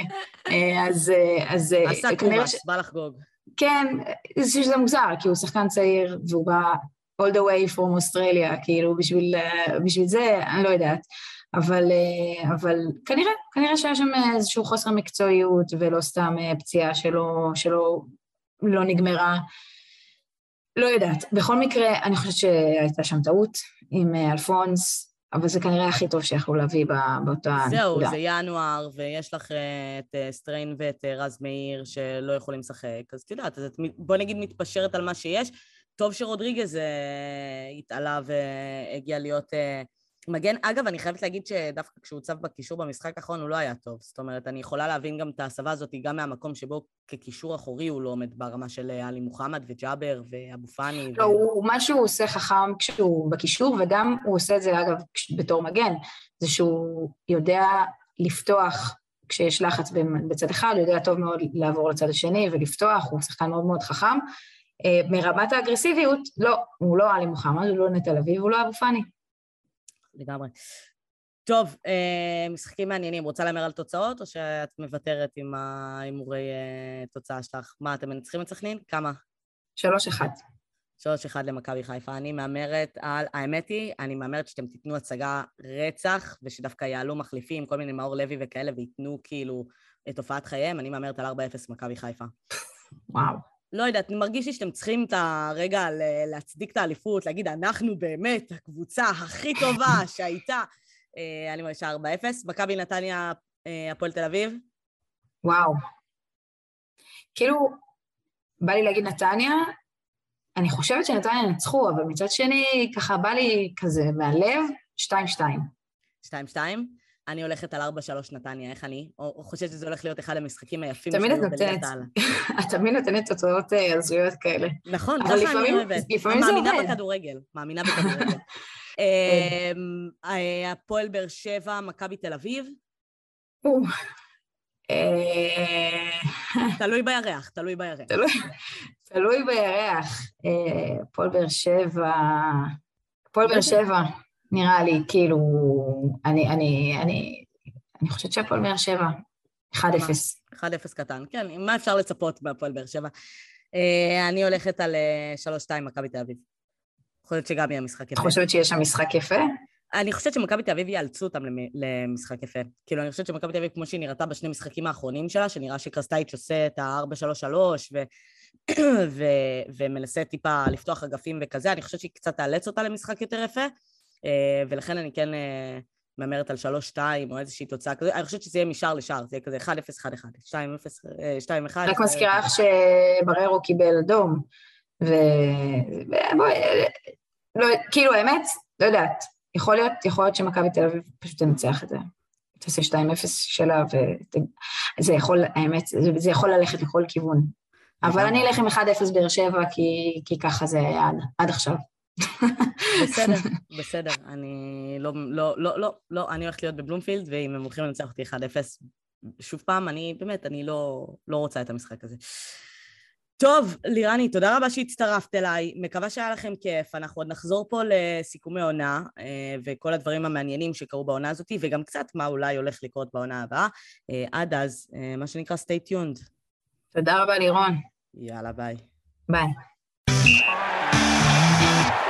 [SPEAKER 2] אז
[SPEAKER 1] עשה קומאס, בא לחגוג.
[SPEAKER 2] כן, שזה מוזר, כי הוא שחקן צעיר, והוא בא all the way from Australia, כאילו בשביל זה, אני לא יודעת, אבל כנראה שהיה שם איזשהו חוסר מקצועיות, ולא סתם פציעה שלא לא נגמרה, לא יודעת. בכל מקרה, אני חושבת שהייתה שם טעות עם אלפונס, אבל זה כנראה הכי טוב שיכולו להביא באותה נקודה.
[SPEAKER 1] זהו, זה ינואר, ויש לך את סטריין ואת רז מאיר שלא יכולים לשחק, אז את יודעת, בוא נגיד מתפשרת על מה שיש, טוב שרודריגז התעלה והגיע להיות מגן. אגב, אני חייבת להגיד שדווקא כשהוא הוצב בקישור במשחק האחרון, הוא לא היה טוב. זאת אומרת, אני יכולה להבין גם את ההסבה הזאת, גם מהמקום שבו כקישור אחורי הוא לא עומד ברמה של עלי מוחמד וג'אבר ואבו פאני.
[SPEAKER 2] לא, מה שהוא עושה חכם כשהוא בקישור, וגם הוא עושה את זה, אגב, בתור מגן, זה שהוא יודע לפתוח כשיש לחץ בצד אחד, הוא יודע טוב מאוד לעבור לצד השני ולפתוח, הוא שחקן מאוד מאוד חכם. מרמת האגרסיביות, לא, הוא לא עלי מוחמד, הוא לא נטע לביא, הוא לא אבו פאני.
[SPEAKER 1] לגמרי. טוב, משחקים מעניינים. רוצה להמר על תוצאות, או שאת מוותרת עם ההימורי תוצאה שלך? מה, אתם מנצחים את סכנין? כמה?
[SPEAKER 2] 3-1.
[SPEAKER 1] 3-1 למכבי חיפה. אני מאמרת על, האמת היא, אני מאמרת שאתם תיתנו הצגה רצח, ושדווקא יעלו מחליפים, כל מיני מאור לוי וכאלה, ויתנו כאילו את הופעת חייהם. אני מאמרת על 4-0 מכבי חיפה.
[SPEAKER 2] וואו.
[SPEAKER 1] לא יודעת, אני מרגיש לי שאתם צריכים את הרגע להצדיק את האליפות, להגיד, אנחנו באמת הקבוצה הכי טובה שהייתה. אני מרגישה 4-0. מכבי נתניה, הפועל תל אביב.
[SPEAKER 2] וואו. כאילו, בא לי להגיד נתניה, אני חושבת שנתניה ינצחו, אבל מצד שני, ככה בא לי כזה מהלב, 2-2.
[SPEAKER 1] 2-2? אני הולכת על 4-3 נתניה, איך אני? או חושבת שזה הולך להיות אחד המשחקים היפים
[SPEAKER 2] תמיד את תמיד נותנת תוצאות הזויות כאלה.
[SPEAKER 1] נכון, ככה אני אוהבת.
[SPEAKER 2] לפעמים זה עובד.
[SPEAKER 1] מאמינה בכדורגל. הפועל באר שבע, מכבי תל אביב? תלוי בירח.
[SPEAKER 2] תלוי בירח. הפועל באר שבע, נראה לי, כאילו, אני חושבת שהפועל באר שבע, 1-0.
[SPEAKER 1] 1-0 קטן, כן, מה אפשר לצפות בהפועל באר שבע? אני הולכת על 3-2 מכבי תל אביב. חושבת שגם יהיה משחק יפה.
[SPEAKER 2] חושבת שיש שם משחק יפה?
[SPEAKER 1] אני חושבת שמכבי תל אביב יאלצו אותם למשחק יפה. כאילו, אני חושבת שמכבי תל אביב, כמו שהיא נראתה בשני משחקים האחרונים שלה, שנראה שקרסטייץ' עושה את ה-4-3-3, ומנסה טיפה לפתוח אגפים וכזה, אני חושבת שהיא קצת תאלץ אותה למשחק יותר יפה, ולכן אני כן מאמרת על 3-2 או איזושהי תוצאה כזו, אני חושבת שזה יהיה משער לשער, זה יהיה כזה 1-0, 1-1, 2-1.
[SPEAKER 2] רק מזכירה לך שבררו קיבל אדום, לא, כאילו, האמת, לא יודעת, יכול להיות שמכבי תל אביב פשוט תנצח את זה. תעשה 2-0 שלה, וזה יכול, האמת, זה יכול ללכת לכל כיוון. אבל אני אלך עם 1-0 באר שבע, כי ככה זה היה עד עכשיו.
[SPEAKER 1] בסדר, אני לא, אני הולכת להיות בבלומפילד, ואם הם הולכים לנצח אותי 1-0, שוב פעם, אני לא רוצה את המשחק הזה. טוב, לירני, תודה רבה שהצטרפת אליי, מקווה שהיה לכם כיף, אנחנו עוד נחזור פה לסיכומי עונה, וכל הדברים המעניינים שקרו בעונה הזאת, וגם קצת מה אולי הולך לקרות בעונה הבאה, עד אז, מה שנקרא stay tuned.
[SPEAKER 2] תודה רבה לירון.
[SPEAKER 1] יאללה, ביי.
[SPEAKER 2] ביי.